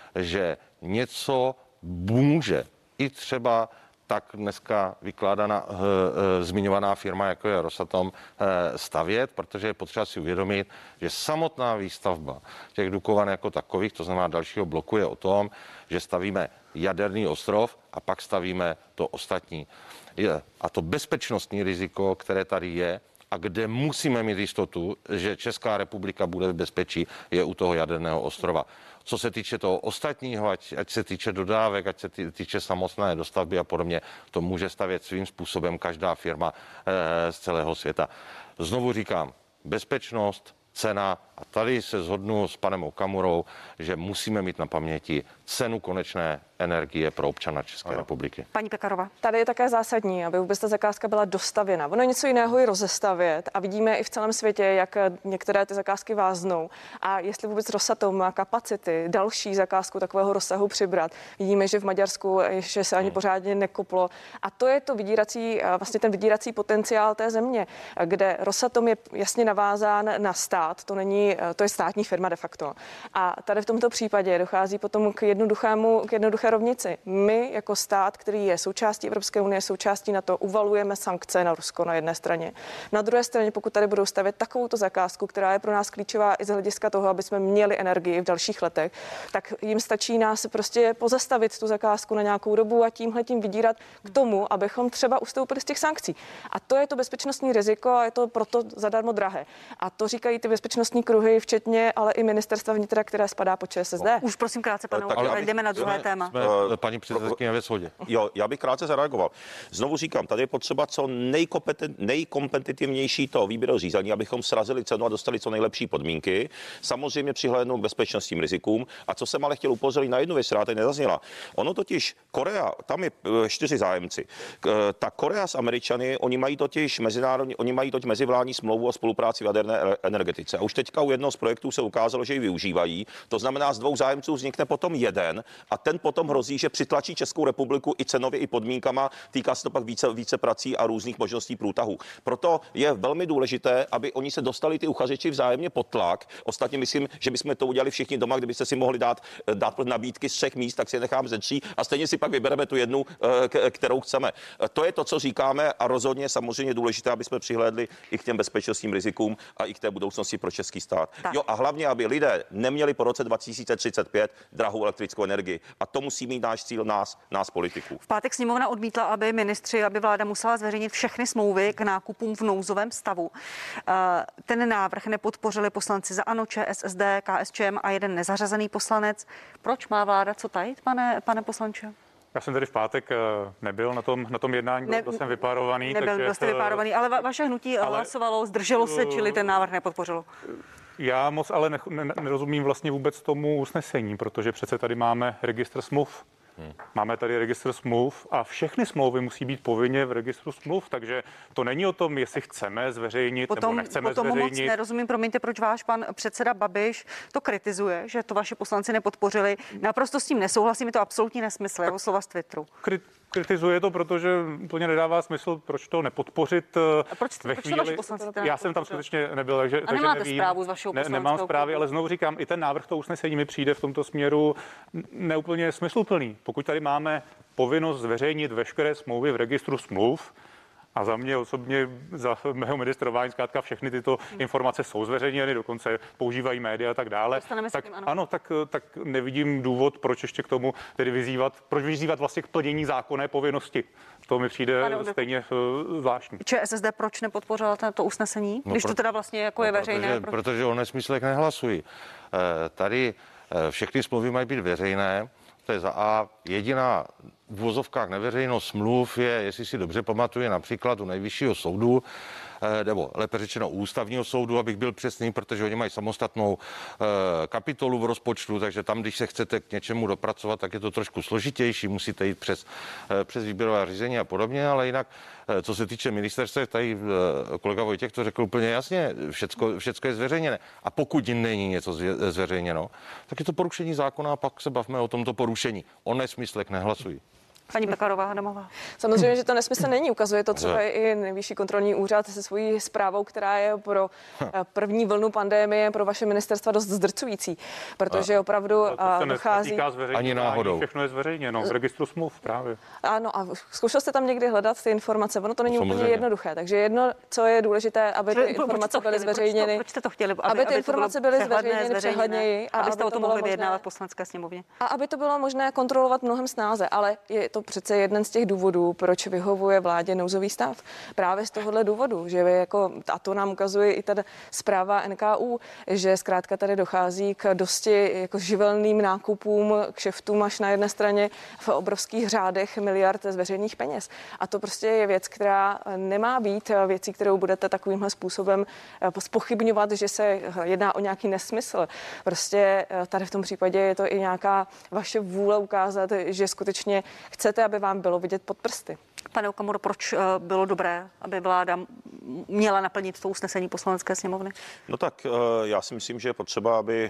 že něco může i třeba tak dneska vykládaná uh, uh, zmiňovaná firma, jako je Rosatom, uh, stavět, protože je potřeba si uvědomit, že samotná výstavba těch Dukovan jako takových, to znamená dalšího bloku, je o tom, že stavíme jaderný ostrov a pak stavíme to ostatní. Je, a to bezpečnostní riziko, které tady je, a kde musíme mít jistotu, že Česká republika bude v bezpečí, je u toho jaderného ostrova. Co se týče toho ostatního, ať, ať se týče dodávek, ať se týče samotné dostavby a podobně, to může stavět svým způsobem každá firma e, z celého světa. Znovu říkám, bezpečnost, cena a tady se shodnu s panem Okamurou, že musíme mít na paměti cenu konečné energie pro občana České ano. republiky. Paní Pekarová. Tady je také zásadní, aby vůbec ta zakázka byla dostavěna. Ono je něco jiného i rozestavět a vidíme i v celém světě, jak některé ty zakázky váznou a jestli vůbec Rosatom má kapacity další zakázku takového rozsahu přibrat. Vidíme, že v Maďarsku ještě se ani hmm. pořádně nekoplo a to je to vydírací, vlastně ten vydírací potenciál té země, kde Rosatom je jasně navázán na stát, to není, to je státní firma de facto. A tady v tomto případě dochází potom k jednoduchému, k jednoduché rovnici. My jako stát, který je součástí Evropské unie, součástí NATO, uvalujeme sankce na Rusko na jedné straně. Na druhé straně, pokud tady budou stavět takovouto zakázku, která je pro nás klíčová i z hlediska toho, aby jsme měli energii v dalších letech, tak jim stačí nás prostě pozastavit tu zakázku na nějakou dobu a tímhletím vydírat k tomu, abychom třeba ustoupili z těch sankcí. A to je to bezpečnostní riziko a je to proto zadarmo drahé. A to říkají ty bezpečnostní kruhy, včetně ale i ministerstva vnitra, které spadá pod ČSSD. Už prosím krátce, pane Okamura, jdeme na druhé jsme, téma. Jsme, paní předsedkyně ve shodě. Jo, já bych krátce zareagoval. Znovu říkám, tady je potřeba co nejkompetent, nejkompetitivnější to výběrové řízení, abychom srazili cenu a dostali co nejlepší podmínky. Samozřejmě přihlédnout k bezpečnostním rizikům. A co jsem ale chtěl upozornit na jednu věc, která tady nezazněla. Ono totiž Korea, tam je čtyři zájemci. Ta Korea s Američany, oni mají totiž mezinárodní, oni mají totiž mezivládní smlouvu o spolupráci v jaderné energetice. A už teďka u jednoho z projektů se ukázalo, že ji využívají. To znamená, z dvou zájemců vznikne potom jeden a ten potom hrozí, že přitlačí Českou republiku i cenově, i podmínkama. Týká se to pak více, více prací a různých možností průtahu. Proto je velmi důležité, aby oni se dostali ty uchazeči vzájemně pod tlak. Ostatně myslím, že bychom to udělali všichni doma, kdybyste si mohli dát, dát nabídky z třech míst, tak si je necháme ze tří a stejně si pak vybereme tu jednu, kterou chceme. To je to, co říkáme a rozhodně samozřejmě důležité, aby jsme přihlédli i k těm bezpečnostním rizikům a i k té budoucnosti pro český stát. Tak. Jo, a hlavně, aby lidé neměli po roce dva tisíce třicet pět drahou elektrickou energii. A to musí mít náš cíl, nás, nás politiků. V pátek sněmovna odmítla, aby ministři, aby vláda musela zveřejnit všechny smlouvy k nákupům v nouzovém stavu. Ten návrh nepodpořili poslanci za ANO, ČSSD, KSČM a jeden nezařazený poslanec. Proč má vláda co tajit, pane, pane poslanče? Já jsem tady v pátek nebyl na tom, na tom jednání, byl ne, jsem vypárovaný. Nebyl, takže, byl jste vypárovaný, ale va, vaše hnutí ale, hlasovalo, zdrželo se, čili ten návrh nepodpořilo. Já moc ale ne, ne, nerozumím vlastně vůbec tomu usnesení, protože přece tady máme registr smluv. Hmm. Máme tady registr smluv a všechny smlouvy musí být povinně v registru smluv, takže to není o tom, jestli chceme zveřejnit potom, nebo nechceme potom zveřejnit. Moc nerozumím, promiňte, proč váš pan předseda Babiš to kritizuje, že to vaši poslanci nepodpořili. Naprosto s tím nesouhlasím, je to absolutní nesmysl, jeho slova z Twitteru. Kri- Kritizuje to, protože úplně nedává smysl, proč to nepodpořit A proč, ve proč chvíli. to vaši poslanci teda Já jsem tam skutečně nebyl, takže, A takže nemáte nevím. zprávu z vašeho ne, poslaneckého Nemám zprávy, klubu. ale znovu říkám, i ten návrh to usnesení mi přijde v tomto směru neúplně smysluplný. Pokud tady máme povinnost zveřejnit veškeré smlouvy v registru smluv, a za mě osobně, za mého ministrování, zkrátka všechny tyto hmm. informace jsou zveřejněny, dokonce používají média a tak dále. Tak, tím, ano. ano, tak, tak nevidím důvod, proč ještě k tomu tedy vyzývat, proč vyzývat vlastně k plnění zákonné povinnosti. To mi přijde ano, stejně uh, zvláštní. ČSSD proč nepodpořila to usnesení, no, když pro... to teda vlastně jako no, je veřejné? Protože, proč... protože o nesmyslech nehlasují. E, tady e, všechny smlouvy mají být veřejné. To je za A. Jediná v uvozovkách neveřejnost smluv je, jestli si dobře pamatuje, například u Nejvyššího soudu, nebo lépe řečeno u Ústavního soudu, abych byl přesný, protože oni mají samostatnou kapitolu v rozpočtu, takže tam, když se chcete k něčemu dopracovat, tak je to trošku složitější, musíte jít přes, přes výběrové řízení a podobně, ale jinak, co se týče ministerstva, tady kolega Vojtěch to řekl úplně jasně, všecko, všecko je zveřejněné. A pokud není něco zveřejněno, tak je to porušení zákona a pak se bavme o tomto porušení. O nesmyslech nehlasují. Paní Pekarová Adamová. Samozřejmě, že to nesmysl není. Ukazuje to třeba i Nejvyšší kontrolní úřad se svojí zprávou, která je pro první vlnu pandemie pro vaše ministerstva dost zdrcující, protože opravdu to dochází... Ani náhodou. Všechno je zveřejněno v registru smluv právě. Ano, a zkoušel jste tam někdy hledat ty informace? Ono to není Samozřejmě. úplně jednoduché. Takže jedno, co je důležité, aby ty informace byly zveřejněny. Proč jste to chtěli? Aby, aby ty informace byly zveřejněny přehledněji. A abyste o tom mohli vyjednávat v Poslanecké sněmovně. A aby to bylo možné kontrolovat mnohem snáze, ale je to přece jeden z těch důvodů, proč vyhovuje vládě nouzový stav. Právě z tohohle důvodu, že jako, a to nám ukazuje i ta zpráva N K U, že zkrátka tady dochází k dosti jako živelným nákupům, k šeftům až na jedné straně v obrovských řádech miliard z veřejných peněz. A to prostě je věc, která nemá být věcí, kterou budete takovýmhle způsobem zpochybňovat, že se jedná o nějaký nesmysl. Prostě tady v tom případě je to i nějaká vaše vůle ukázat, že skutečně chcete, aby vám bylo vidět pod prsty. Pane Okamuro, proč bylo dobré, aby vláda měla naplnit to usnesení Poslanecké sněmovny? No tak já si myslím, že je potřeba, aby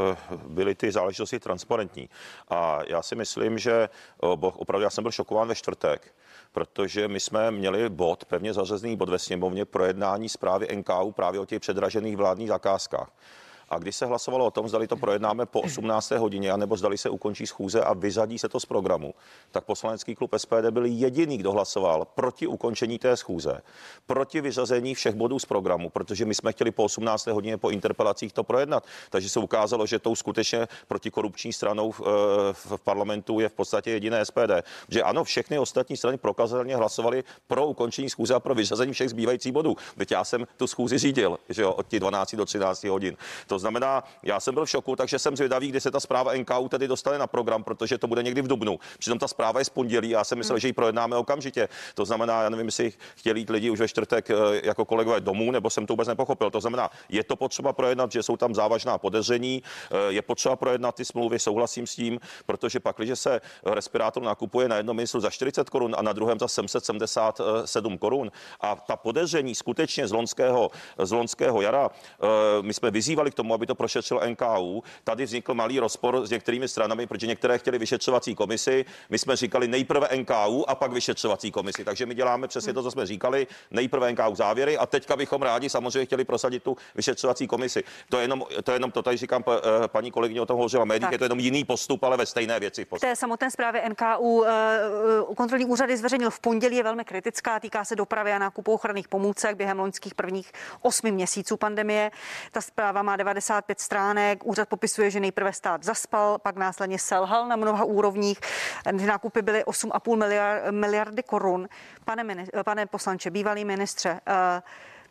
byly ty záležitosti transparentní. A já si myslím, že opravdu já jsem byl šokován ve čtvrtek, protože my jsme měli bod, pevně zařazený bod ve sněmovně, projednání zprávy N K U právě o těch předražených vládních zakázkách. A když se hlasovalo o tom, zdali to projednáme po osmnácté hodině, anebo zdali se ukončí schůze a vyřadí se to z programu, tak poslanecký klub S P D byl jediný, kdo hlasoval proti ukončení té schůze, proti vyřazení všech bodů z programu, protože my jsme chtěli po osmnácté hodině po interpelacích to projednat. Takže se ukázalo, že tou skutečně protikorupční stranou v, v parlamentu je v podstatě jediné S P D. Že ano, všechny ostatní strany prokazatelně hlasovaly pro ukončení schůze a pro vyřazení všech zbývajících bodů. Teď já jsem tu schůzi řídil, že jo, od těch dvanácti do třinácti hodin. To znamená, já jsem byl v šoku, takže jsem zvědavý, kdy se ta zpráva N K U tedy dostane na program, protože to bude někdy v dubnu. Přitom ta zpráva je z pondělí, já jsem myslel, hmm. že ji projednáme okamžitě. To znamená, já nevím, jestli chtěli jít lidi už ve čtvrtek jako kolegové domů, nebo jsem to vůbec nepochopil. To znamená, je to potřeba projednat, že jsou tam závažná podezření, je potřeba projednat ty smlouvy, souhlasím s tím, protože pak, když se respirátor nakupuje na jednom místu za čtyřicet korun a na druhém za sedm set sedmdesát sedm korun a ta podezření skutečně z loňského, z loňského jara, my jsme vyzývali k tomu, aby to prošetřil N K U. Tady vznikl malý rozpor s některými stranami, protože některé chtěli vyšetřovací komisi. My jsme říkali nejprve N K U a pak vyšetřovací komisi. Takže my děláme přesně to, co jsme říkali, nejprve N K U závěry a teďka bychom rádi samozřejmě chtěli prosadit tu vyšetřovací komisi. To je jenom to, je jenom to tady říkám, paní kolegyně o tom hovořila médií, je to jenom jiný postup, ale ve stejné věci. V té samotné zprávě N K U uh, kontrolní úřady zveřejnil v pondělí, je velmi kritická, týká se dopravy a nákupu ochranných pomůcek během loňských prvních osmi měsíců pandemie. Ta zpráva má devadesát pět stránek. Úřad popisuje, že nejprve stát zaspal, pak následně selhal na mnoha úrovních. Ty nákupy byly osm a půl miliard, miliardy korun. Pane, mini, pane poslanče, bývalý ministře, uh,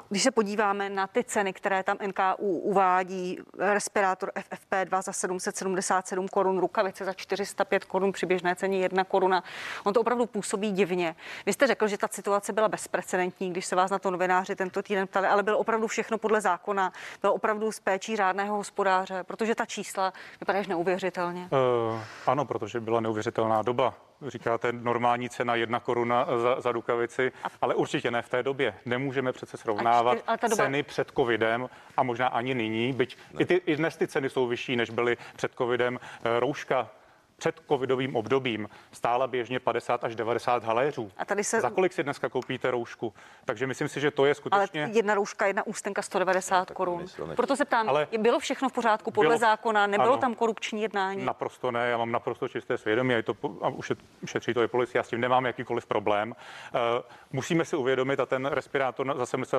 Když se podíváme na ty ceny, které tam N K U uvádí, respirátor F F P dva za sedm set sedmdesát sedm korun, rukavice za čtyři sta pět korun, při běžné ceně jedna koruna. On to opravdu působí divně. Vy jste řekl, že ta situace byla bezprecedentní, když se vás na to novináři tento týden ptali, ale bylo opravdu všechno podle zákona, bylo opravdu s péčí řádného hospodáře, protože ta čísla vypadají neuvěřitelně. Uh, ano, protože byla neuvěřitelná doba. Říkáte normální cena jedna koruna za, za rukavici, ale určitě ne v té době. Nemůžeme přece srovnávat doba... ceny před covidem a možná ani nyní, byť i, ty, i dnes ty ceny jsou vyšší, než byly před covidem. Rouška před covidovým obdobím stála běžně padesát až devadesát haléřů. A tady se... Za kolik si dneska koupíte roušku? Takže myslím si, že to je skutečně... Ale jedna rouška, jedna ústenka sto devadesát korun. Proto se ptám, ale bylo všechno v pořádku podle bylo... zákona, nebylo ano, tam korupční jednání? Naprosto ne, já mám naprosto čisté svědomí a, to, a už šetří to i policie, já s tím nemám jakýkoliv problém. Uh, musíme si uvědomit, a ten respirátor za sedm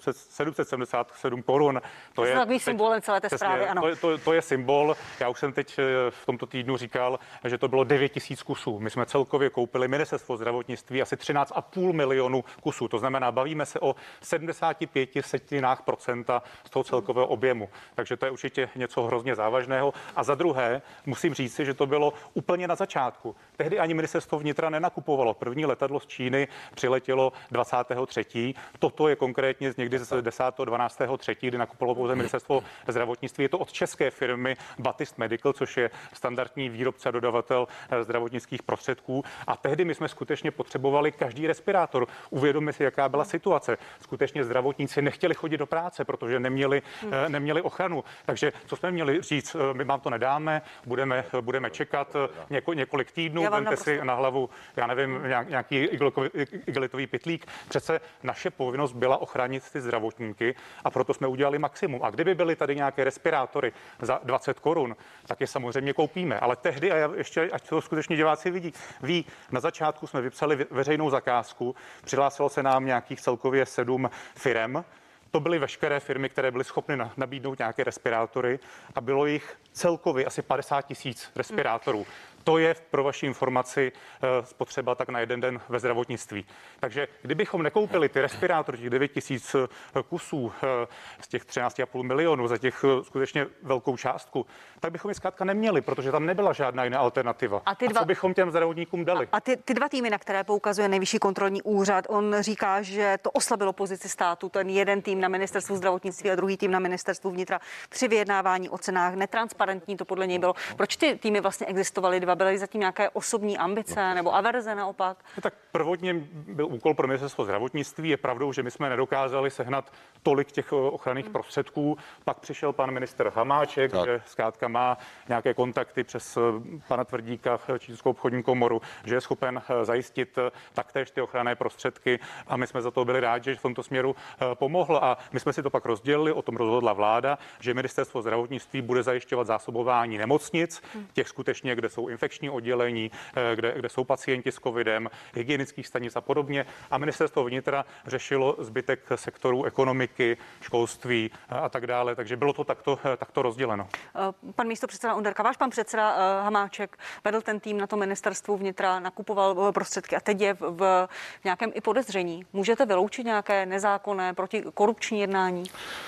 set sedmdesát sedm korun, to je... takový symbolem celé té zprávy, ano. To, to, to je symbol. Já už jsem teď v tomto týdnu říkal, že to bylo devět tisíc kusů. My jsme celkově koupili ministerstvo zdravotnictví asi třináct a půl milionu kusů. To znamená, bavíme se o sedmdesát pět setinách procenta z toho celkového objemu. Takže to je určitě něco hrozně závažného. A za druhé, musím říct, že to bylo úplně na začátku. Tehdy ani ministerstvo vnitra nenakupovalo. První letadlo z Číny přiletělo dvacátého třetího Toto je konkrétně někdy z desátého dvanáctého třetího kdy nakupovalo pouze ministerstvo zdravotnictví. Je to od české firmy Batist Medical, což je standardní výrobce a dodavatel zdravotnických prostředků. A tehdy my jsme skutečně potřebovali každý respirátor. Uvědomme si, jaká byla situace. Skutečně zdravotníci nechtěli chodit do práce, protože neměli, neměli ochranu. Takže co jsme měli říct, my vám to nedáme, budeme, budeme čekat něko, několik týdnů, vemte naprosto... si na hlavu, já nevím, nějaký igelitový pytlík. Přece naše povinnost byla ochránit ty zdravotníky a proto jsme udělali maximum. A kdyby byly tady nějaké respirátory za dvacet korun, tak je samozřejmě koupíme. Ale tehdy, a já ještě, ať to skutečně diváci vidí, ví, na začátku jsme vypsali veřejnou zakázku, přihlásilo se nám nějakých celkově sedm firem. To byly veškeré firmy, které byly schopny nabídnout nějaké respirátory a bylo jich celkově asi padesát tisíc respirátorů. To je pro vaši informaci spotřeba tak na jeden den ve zdravotnictví. Takže kdybychom nekoupili ty respirátory, těch devět tisíc kusů z těch třináct a půl milionu za těch skutečně velkou částku, tak bychom je zkrátka neměli, protože tam nebyla žádná jiná alternativa. A, ty dva... a co bychom těm zdravotníkům dali? A, a ty, ty dva týmy, na které poukazuje Nejvyšší kontrolní úřad, on říká, že to oslabilo pozici státu, ten jeden tým na ministerstvu zdravotnictví a druhý tým na ministerstvu vnitra při vyjednávání o cenách. Netransparentní to podle něj bylo. Proč ty týmy vlastně existovaly dva? Byly zatím nějaké osobní ambice nebo averze naopak? Tak prvotně byl úkol pro ministerstvo zdravotnictví. Je pravdou, že my jsme nedokázali sehnat tolik těch ochranných prostředků. Pak přišel pan ministr Hamáček, tak. že zkrátka má nějaké kontakty přes pana Tvrdíka v Čínskou obchodní komoru, že je schopen zajistit taktéž ty ochranné prostředky a my jsme za to byli rádi, že v tomto směru pomohl a my jsme si to pak rozdělili, o tom rozhodla vláda, že ministerstvo zdravotnictví bude zajišťovat zásobování nemocnic, těch skutečně, kde jsou infekční oddělení, kde, kde jsou pacienti s covidem, hygienických stanic a podobně. A ministerstvo vnitra řešilo zbytek sektorů ekonomiky, školství a tak dále. Takže bylo to takto, takto rozděleno. Pan místopředseda Onderka, váš pan předseda Hamáček vedl ten tým na to ministerstvu vnitra, nakupoval prostředky a teď je v, v nějakém i podezření. Můžete vyloučit nějaké nezákonné protikorupční jednání?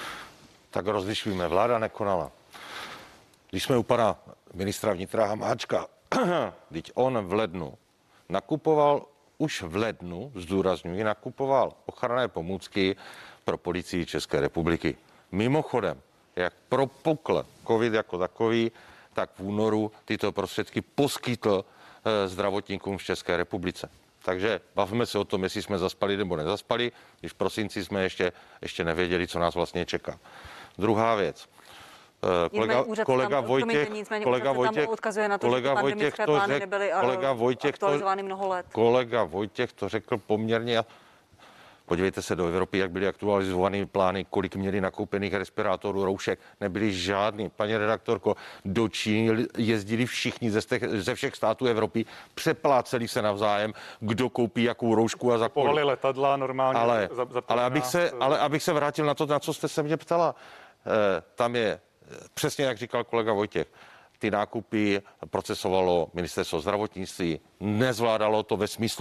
Tak rozlišujeme. Vláda nekonala. Když jsme u pana ministra vnitra Hamáčka, teď on v lednu nakupoval, už v lednu, zdůrazňuji, nakupoval ochranné pomůcky pro policii České republiky. Mimochodem, jak propukl covid jako takový, tak v únoru tyto prostředky poskytl eh, zdravotníkům v České republice. Takže bavíme se o tom, jestli jsme zaspali nebo nezaspali, když v prosinci jsme ještě, ještě nevěděli, co nás vlastně čeká. Druhá věc. Kolega, kolega Vojtěch, kolega Vojtěch, kolega Vojtěch to řekl, kolega Vojtěch to, kolega Vojtěch to řekl poměrně. Podívejte se do Evropy, jak byly aktualizovány plány, kolik měli nakoupených respirátorů, roušek. Nebyly žádný. Paní redaktorko, do Číny jezdili všichni ze, stech, ze všech států Evropy, přepláceli se navzájem, kdo koupí jakou roušku a za kolik. Kupovali letadla normálně. Ale, za, za ale, abych se, ale abych se vrátil na to, na co jste se mě ptala. Eh, tam je přesně, jak říkal kolega Vojtěch, ty nákupy procesovalo ministerstvo zdravotnictví, nezvládalo to ve smyslu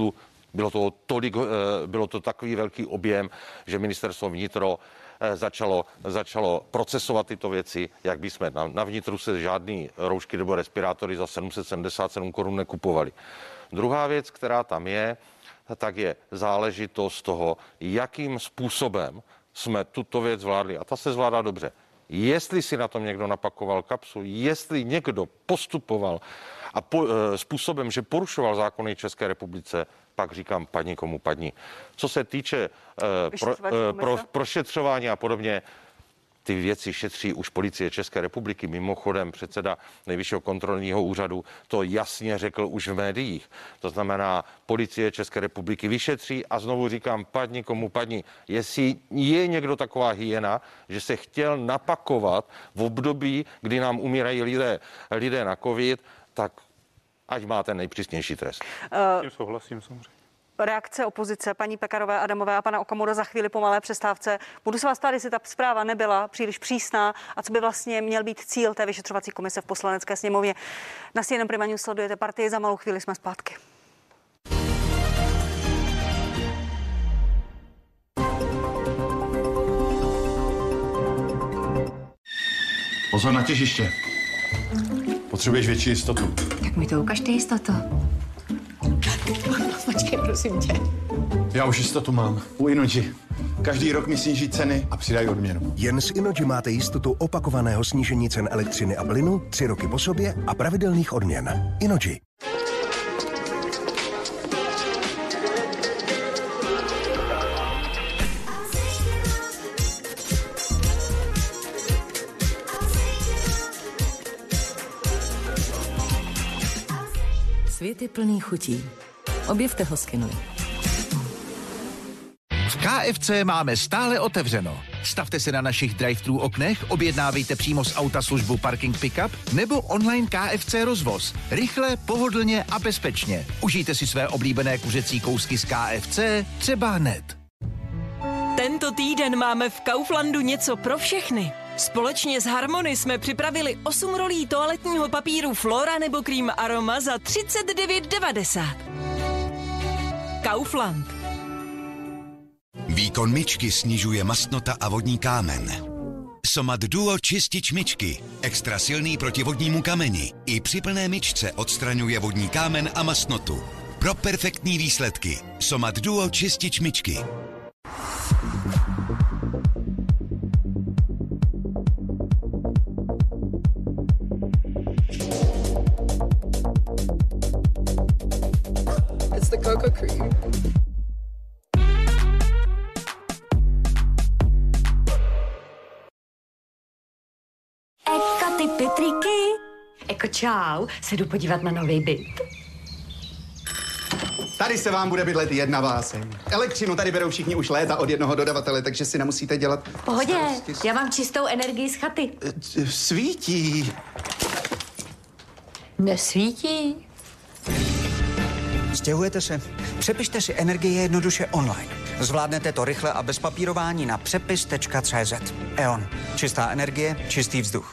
Bylo to, tolik, bylo to takový velký objem, že ministerstvo vnitro začalo, začalo procesovat tyto věci, jak by jsme na, na vnitru se žádný roušky nebo respirátory za sedm set sedmdesát sedm korun nekupovali. Druhá věc, která tam je, tak je záležitost toho, jakým způsobem jsme tuto věc zvládli. A ta se zvládá dobře. Jestli si na tom někdo napakoval kapsu, jestli někdo postupoval a po, e, způsobem, že porušoval zákony České republice, pak říkám padni komu padni. Co se týče e, pro, e, pro, prošetřování a podobně, ty věci šetří už policie České republiky. Mimochodem předseda Nejvyššího kontrolního úřadu to jasně řekl už v médiích. To znamená, policie České republiky vyšetří a znovu říkám, padni komu padni. Jestli je někdo taková hyena, že se chtěl napakovat v období, kdy nám umírají lidé, lidé na covid, tak ať má ten nejpřísnější trest. S tím souhlasím samozřejmě. Reakce opozice paní Pekarové, Adamové a pana Okamura za chvíli po malé přestávce. Budu se vás ptát, jestli ta zpráva nebyla příliš přísná a co by vlastně měl být cíl té vyšetřovací komise v Poslanecké sněmovně. Na C N N Prima News sledujete Partii, za malou chvíli jsme zpátky. Pozor na těžiště. Potřebuješ větší jistotu. Tak mi to ukažte jistotu. Počkej, prosím tě. Já už jistotu mám. U Inoji. Každý rok mi sníží ceny a přidají odměnu. Jen s Inoji máte jistotu opakovaného snížení cen elektřiny a plynu, tři roky po sobě a pravidelných odměn. Inoji. Svět je plný chutí. Objevte ho s Kinoy. V K F C máme stále otevřeno. Stavte se na našich drive-thru oknech, objednávejte přímo z auta službu Parking Pickup nebo online K F C rozvoz. Rychle, pohodlně a bezpečně. Užijte si své oblíbené kuřecí kousky z K F C třeba hned. Tento týden máme v Kauflandu něco pro všechny. Společně s Harmony jsme připravili osm rolí toaletního papíru Flora nebo Cream Aroma za třicet devět devadesát. Kaufland. Výkon myčky snižuje mastnota a vodní kámen. Somat Duo čistič myčky. Extra silný proti vodnímu kameni. I při plné myčce odstraňuje vodní kámen a mastnotu. Pro perfektní výsledky. Somat Duo čistič myčky. It's the cocoa cream. Eko ty Petriky. Eko čau, se jdu podívat na nový byt. Tady se vám bude bydlet jedna báseň. Elektřinu tady berou všichni už léta od jednoho dodavatele, takže si nemusíte dělat... V pohodě, já mám čistou energii z chaty. Svítí. Nesvítí. Stěhujete se? Přepište si energii jednoduše online. Zvládnete to rychle a bez papírování na přepis tečka cé zet. E O N. Čistá energie, čistý vzduch.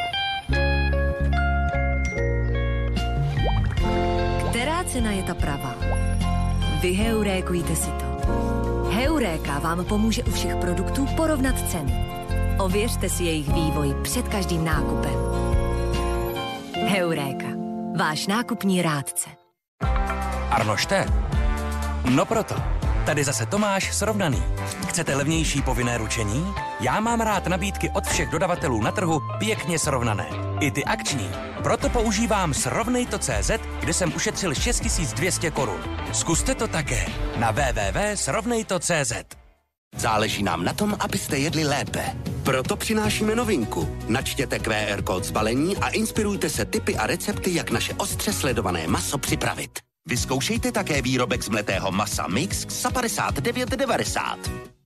Která cena je ta pravá? Vyheurékujte si to. Heuréka vám pomůže u všech produktů porovnat ceny. Ověřte si jejich vývoj před každým nákupem. Heuréka. Váš nákupní rádce. Arnošte? No proto. Tady zase Tomáš Srovnaný. Chcete levnější povinné ručení? Já mám rád nabídky od všech dodavatelů na trhu pěkně srovnané. I ty akční. Proto používám Srovnej to tečka cé zet, kde jsem ušetřil šest tisíc dvě stě korun. Zkuste to také na w w w tečka srovnej to tečka cé zet. Záleží nám na tom, abyste jedli lépe. Proto přinášíme novinku. Načtěte Q R kód zbalení a inspirujte se tipy a recepty, jak naše ostře sledované maso připravit. Vyzkoušejte také výrobek z mletého masa Mix za padesát devět devadesát.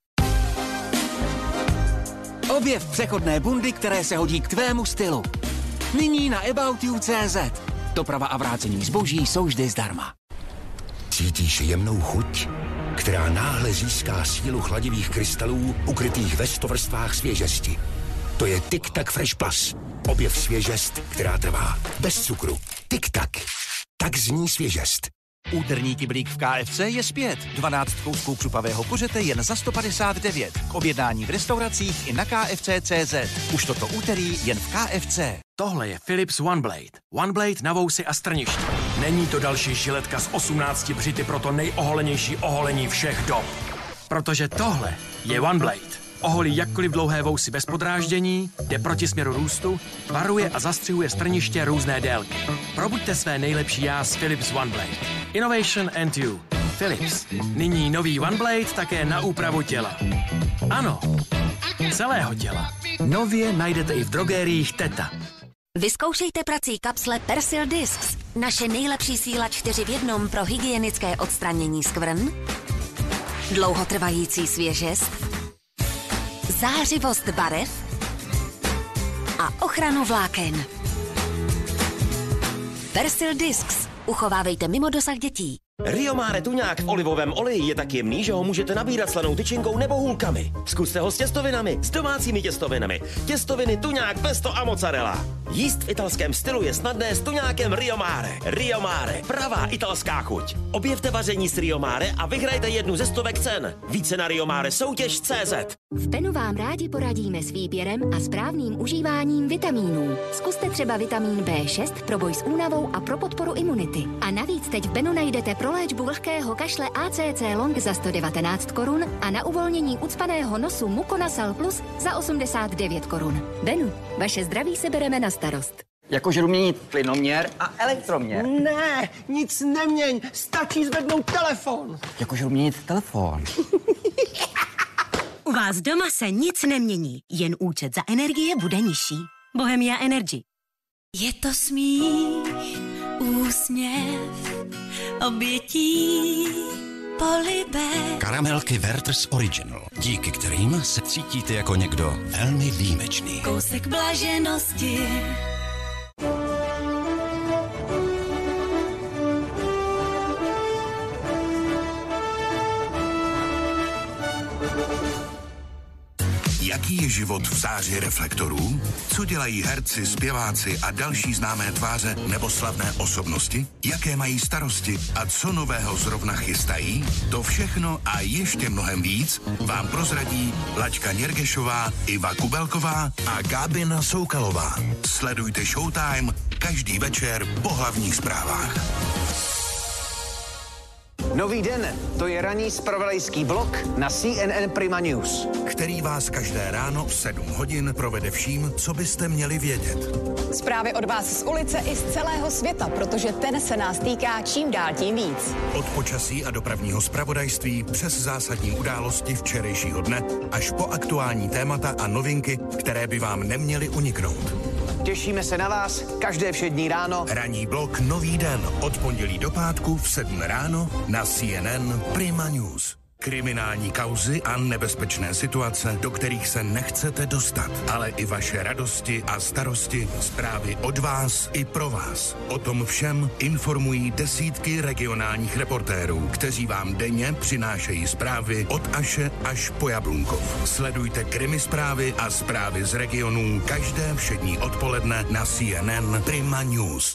Objev přechodné bundy, které se hodí k tvému stylu. Nyní na about you tečka cé zet. Doprava a vrácení zboží jsou vždy zdarma. Cítíš jemnou chuť, která náhle získá sílu chladivých krystalů ukrytých ve sto vrstvách svěžesti. To je Tic Tac Fresh Plus. Objev svěžest, která trvá. Bez cukru. Tic Tac. Tak zní svěžest. Úterní kyblík v K F C je zpět. dvanáct kousků křupavého kořete jen za sto padesát devět. K objednání v restauracích i na K F C tečka cé zet. Už toto úterý jen v K F C. Tohle je Philips OneBlade. OneBlade na vousy a strniště. Není to další žiletka s osmnácti břity pro to nejoholenější oholení všech dob. Protože tohle je OneBlade. Oholí jakkoliv dlouhé vousy bez podráždění, jde proti směru růstu, varuje a zastřihuje strniště různé délky. Probuďte své nejlepší já s Philips OneBlade. Innovation and you. Philips. Nyní nový OneBlade také na úpravu těla. Ano, celého těla. Nově najdete i v drogériích Teta. Vyzkoušejte prací kapsle Persil Discs. Naše nejlepší síla čtyři v jednom pro hygienické odstranění skvrn, dlouhotrvající svěžest, zářivost barev a ochranu vláken. Persil Discs. Uchovávejte mimo dosah dětí. Rio Mare tuňák v olivovém oleji je tak jemný, že ho můžete nabírat slanou tyčinkou nebo hůlkami. Zkuste ho s těstovinami, s domácími těstovinami. Těstoviny tuňák, pesto a mozzarella. Jíst v italském stylu je snadné s tuňákem Rio Mare. Rio Mare, pravá italská chuť. Objevte vaření s Rio Mare a vyhrajte jednu ze stovek cen. Více na Rio Mare soutěž tečka cé zet. V Benu vám rádi poradíme s výběrem a správným užíváním vitamínů. Zkuste třeba vitamin bé šest pro boj s únavou a pro podporu imunity. A navíc teď v Benu najdete pro léčbu vlhkého kašle A C C Long za sto devatenáct korun a na uvolnění ucpaného nosu Muconazal Plus za osmdesát devět korun. Benu, vaše zdraví se bereme na starost. Jako žeru měnit plynoměr a elektroměr. Ne, nic neměň, stačí zvednout telefon. Jako žeru měnit telefon. U vás doma se nic nemění, jen účet za energie bude nižší. Bohemia Energy. Je to smích, úsměv, obětí, polibek. Karamelky Werther's Original, díky kterým se cítíte jako někdo velmi výjimečný. Kousek blaženosti. Jaký je život v záři reflektorů? Co dělají herci, zpěváci a další známé tváře nebo slavné osobnosti? Jaké mají starosti a co nového zrovna chystají? To všechno a ještě mnohem víc vám prozradí Laďka Něrgešová, Iva Kubelková a Gábina Soukalová. Sledujte Showtime každý večer po hlavních zprávách. Nový den, to je ranní zpravodajský blok na C N N Prima News, který vás každé ráno v sedm hodin provede vším, co byste měli vědět. Zprávy od vás z ulice i z celého světa, protože ten se nás týká čím dál tím víc. Od počasí a dopravního zpravodajství přes zásadní události včerejšího dne až po aktuální témata a novinky, které by vám neměly uniknout. Těšíme se na vás každé všední ráno. Ranní blok Nový den od pondělí do pátku v sedm ráno na C N N Prima News. Kriminální kauzy a nebezpečné situace, do kterých se nechcete dostat, ale i vaše radosti a starosti, zprávy od vás i pro vás. O tom všem informují desítky regionálních reportérů, kteří vám denně přinášejí zprávy od Aše až po Jablunkov. Sledujte krimi zprávy a zprávy z regionů každé všední odpoledne na C N N Prima News.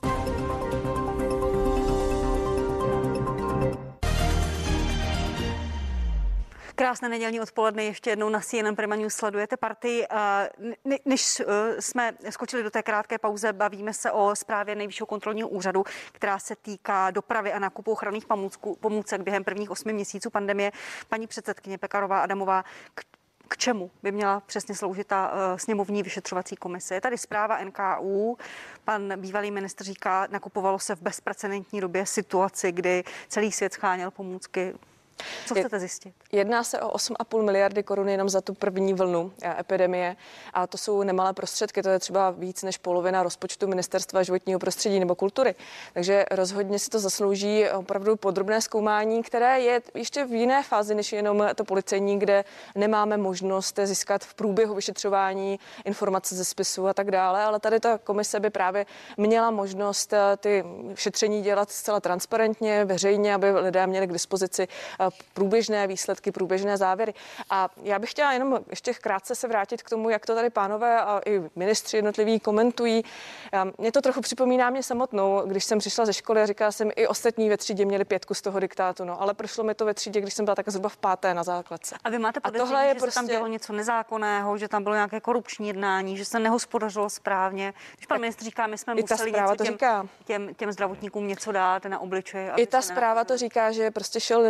Krásné nedělní odpoledne, ještě jednou na C N N Prima News sledujete partii. Než jsme skočili do té krátké pauze, bavíme se o zprávě Nejvyššího kontrolního úřadu, která se týká dopravy a nákupu ochranných pomůcek během prvních osmi měsíců pandemie. Paní předsedkyně Pekarová Adamová, k, k čemu by měla přesně sloužit ta sněmovní vyšetřovací komise? Je tady zpráva N K U, pan bývalý ministr říká, nakupovalo se v bezprecedentní době situaci, kdy celý svět scháněl pomůcky. Co chcete zjistit? Jedná se o osm a půl miliardy korun jenom za tu první vlnu epidemie a to jsou nemalé prostředky, to je třeba víc než polovina rozpočtu Ministerstva životního prostředí nebo kultury. Takže rozhodně si to zaslouží opravdu podrobné zkoumání, které je ještě v jiné fázi než jenom to policejní, kde nemáme možnost získat v průběhu vyšetřování informace ze spisu a tak dále, ale tady ta komise by právě měla možnost ty šetření dělat zcela transparentně, veřejně, aby lidé měli k dispozici průběžné výsledky, průběžné závěry. A já bych chtěla jenom ještě krátce se vrátit k tomu, jak to tady pánové a i ministři jednotliví komentují. Mě to trochu připomíná mě samotnou, když jsem přišla ze školy a říkala jsem, i ostatní ve třídě měli pětku z toho diktátu, no, ale prošlo mi to ve třídě, když jsem byla tak zhruba v páté na základce. A vy máte podezření, že prostě... se tam dělo něco nezákonného, že tam bylo nějaké korupční jednání, že se nehospodařilo správně. Když pan ministr říká, my jsme museli něco těm, říká. Těm, těm zdravotníkům něco dát na obličeji. I ta zpráva to říká, že prostě šel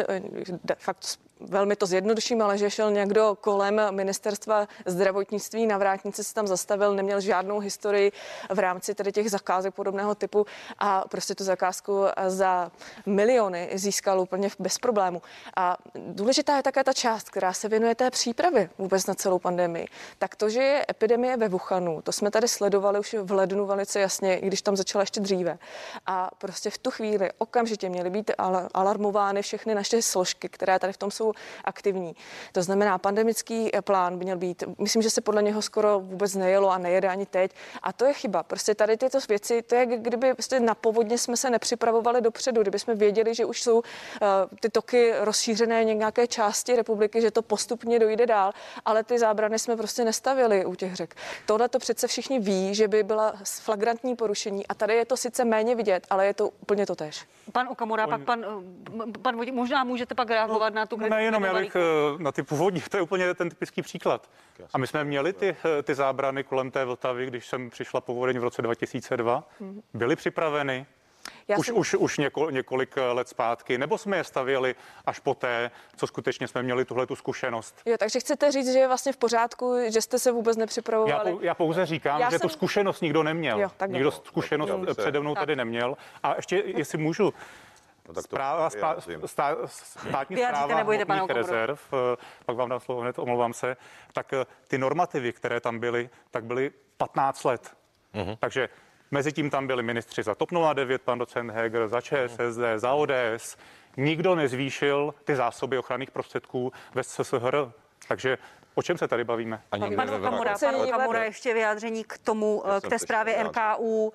fakt velmi to zjednoduším, ale že šel někdo kolem ministerstva zdravotnictví, na vrátnici se tam zastavil, neměl žádnou historii v rámci tedy těch zakázek podobného typu a prostě tu zakázku za miliony získal úplně bez problému. A důležitá je také ta část, která se věnuje té přípravy vůbec na celou pandemii. Tak to, že je epidemie ve Wuhanu, to jsme tady sledovali už v lednu velice jasně, i když tam začala ještě dříve. A prostě v tu chvíli okamžitě měly být alarmovány všechny naše složky, které tady v tom jsou aktivní. To znamená, pandemický plán by měl být, myslím, že se podle něho skoro vůbec nejelo a nejede ani teď. A to je chyba. Prostě tady tyto věci, to je, kdyby prostě na povodně jsme se nepřipravovali dopředu, kdyby jsme věděli, že už jsou uh, ty toky rozšířené v nějaké části republiky, že to postupně dojde dál, ale ty zábrany jsme prostě nestavili u těch řek. Tohle to přece všichni ví, že by byla flagrantní porušení a tady je to sice méně vidět, ale je to úplně totéž. Pan Okamura, On... pak pan, pan možná můžete pak reagovat no, na tu kritiku. Jenom já bych na ty původní, to je úplně ten typický příklad. A my jsme měli ty, ty zábrany kolem té Vltavy, když jsem přišla povodeň v roce dva tisíce dva. Byly připraveny já už, jsem... už, už něko, několik let zpátky, nebo jsme je stavěli až poté, co skutečně jsme měli tuhle tu zkušenost. Jo, takže chcete říct, že je vlastně v pořádku, že jste se vůbec nepřipravovali? Já, já pouze říkám, já že jsem... tu zkušenost nikdo neměl. Jo, nikdo ne. zkušenost tak, přede mnou tak. tady neměl. A ještě, jestli můžu, No, tak Správa, spá, stá, státní správa hmotných rezerv, pak vám dám slovo hned, omlouvám se, tak ty normativy, které tam byly, tak byly patnáct let. Uh-huh. Takže mezi tím tam byli ministři za TOP nula devět, pan docent Heger, za ČSSD, uh-huh. za O D S. Nikdo nezvýšil ty zásoby ochranných prostředků ve S S H R. Takže o čem se tady bavíme? Pan Okamura, pan Okamura, ještě vyjádření k tomu, k té zprávě N K U.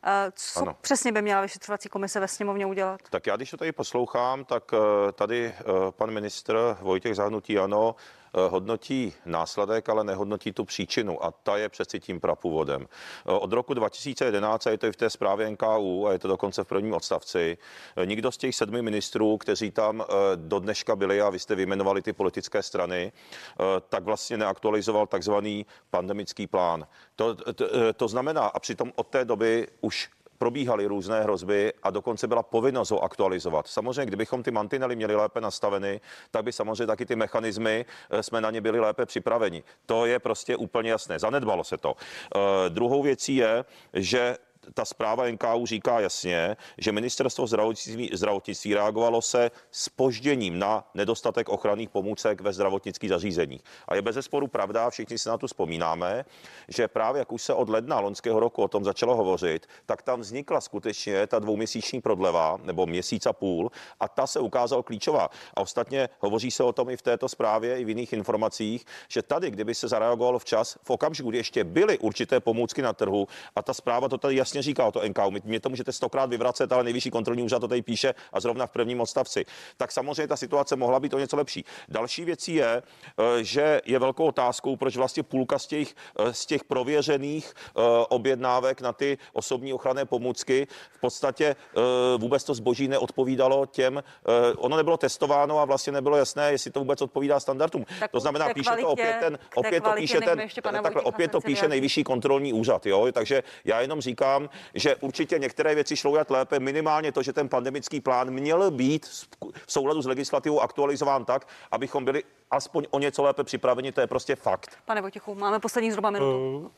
Co ano. přesně by měla vyšetřovací komise ve sněmovně udělat? Tak já, když to tady poslouchám, tak tady pan ministr Vojtěch za hnutí ANO hodnotí následek, ale nehodnotí tu příčinu a ta je přeci tím prapůvodem. Od roku dva tisíce jedenáct, a je to i v té zprávě N K U, a je to dokonce v prvním odstavci, nikdo z těch sedmi ministrů, kteří tam do dneška byli, a vy jste vyjmenovali ty politické strany, tak vlastně neaktualizoval takzvaný pandemický plán. To, to, to znamená, a přitom od té doby už probíhaly různé hrozby a dokonce byla povinnost ho aktualizovat. Samozřejmě, kdybychom ty mantinely měli lépe nastaveny, tak by samozřejmě taky ty mechanismy jsme na ně byli lépe připraveni. To je prostě úplně jasné. Zanedbalo se to. Uh, druhou věcí je, že ta zpráva N K U říká jasně, že ministerstvo zdravotnictví, zdravotnictví reagovalo se zpožděním na nedostatek ochranných pomůcek ve zdravotnických zařízeních. A je bezesporu pravda, všichni si na to vzpomínáme, že právě jak už se od ledna loňského roku o tom začalo hovořit, tak tam vznikla skutečně ta dvouměsíční prodleva nebo měsíc a půl a ta se ukázala klíčová. A ostatně hovoří se o tom i v této zprávě, i v jiných informacích, že tady, kdyby se zareagovalo včas, v okamžiku, kdy ještě byly určité pomůcky na trhu a ta zpráva to tady jasně říká o to N K U. Mě to můžete stokrát vyvracet, ale Nejvyšší kontrolní úřad to tady píše a zrovna v prvním odstavci. Tak samozřejmě ta situace mohla být o něco lepší. Další věcí je, že je velkou otázkou, proč vlastně půlka z těch, z těch prověřených objednávek na ty osobní ochranné pomůcky v podstatě vůbec to zboží neodpovídalo těm, ono nebylo testováno a vlastně nebylo jasné, jestli to vůbec odpovídá standardům. Tak to znamená, píše to opět ten, opět to píše ten, takhle, opět to píše Nejvyšší kontrolní úřad, jo, takže já jenom říkám, že určitě některé věci šlo dělat lépe, minimálně to, že ten pandemický plán měl být v souladu s legislativou aktualizován tak, abychom byli aspoň o něco lépe připraveni, to je prostě fakt. Pane Vojtěchu, máme poslední zhruba minutu. Uh,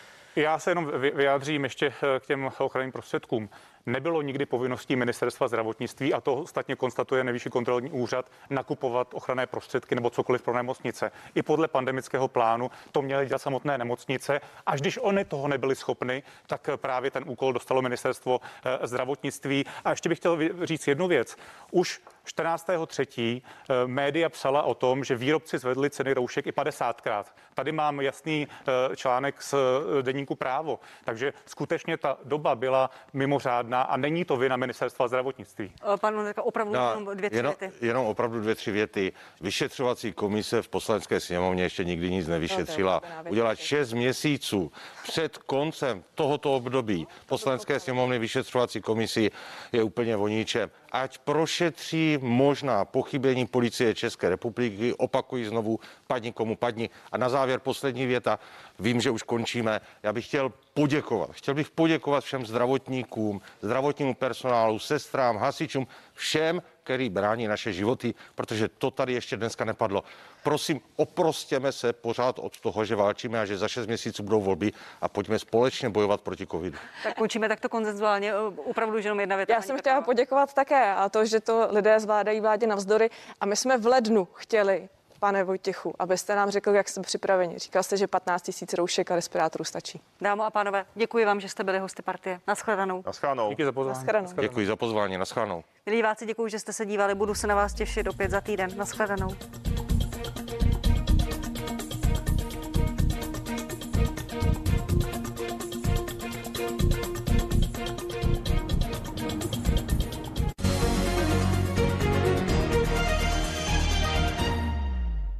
já se jenom vyjádřím ještě k těm ochranným prostředkům. Nebylo nikdy povinností ministerstva zdravotnictví, a to ostatně konstatuje Nejvyšší kontrolní úřad, nakupovat ochranné prostředky nebo cokoliv pro nemocnice. I podle pandemického plánu to měly dělat samotné nemocnice. Až když oni toho nebyli schopni, tak právě ten úkol dostalo ministerstvo zdravotnictví. A ještě bych chtěl říct jednu věc. Už čtrnáctého třetího média psala o tom, že výrobci zvedli ceny roušek i padesátkrát. Tady mám jasný článek z deníku Právo. Takže skutečně ta doba byla mimořádná. vina a není to vina ministerstva zdravotnictví. Pan Onderka, opravdu No, jenom dvě, tři jenom, věty. jenom opravdu dvě, tři věty. Vyšetřovací komise v Poslanecké sněmovně ještě nikdy nic nevyšetřila. Udělat šest měsíců před koncem tohoto období Poslanecké sněmovny vyšetřovací komisi je úplně o ničem. Ať prošetří možná pochybení policie České republiky, opakuji znovu, padni komu padni. A na závěr poslední věta, vím, že už končíme. Já bych chtěl poděkovat. Chtěl bych poděkovat všem zdravotníkům, zdravotnímu personálu, sestrám, hasičům, všem, který brání naše životy, protože to tady ještě dneska nepadlo. Prosím, oprostěme se pořád od toho, že válčíme a že za šest měsíců budou volby a pojďme společně bojovat proti covidu. Tak končíme takto konsenzuálně, opravdu jenom jedna věta. Já jsem chtěla poděkovat také a to, že to lidé zvládají vládě navzdory a my jsme v lednu chtěli, pane Vojtěchu, abyste nám řekl, jak jste připraveni. Říkal jste, že patnáct tisíc roušek a respirátorů stačí. Dámo a pánové, děkuji vám, že jste byli hosty Partie. Naschledanou. Naschledanou. Díky za pozvání. Naschledanou. Děkuji za pozvání, naschledanou. Milí diváci, děkuji, že jste se dívali. Budu se na vás těšit opět za týden. Naschledanou.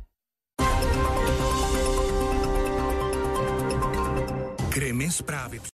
Krimi zprávy.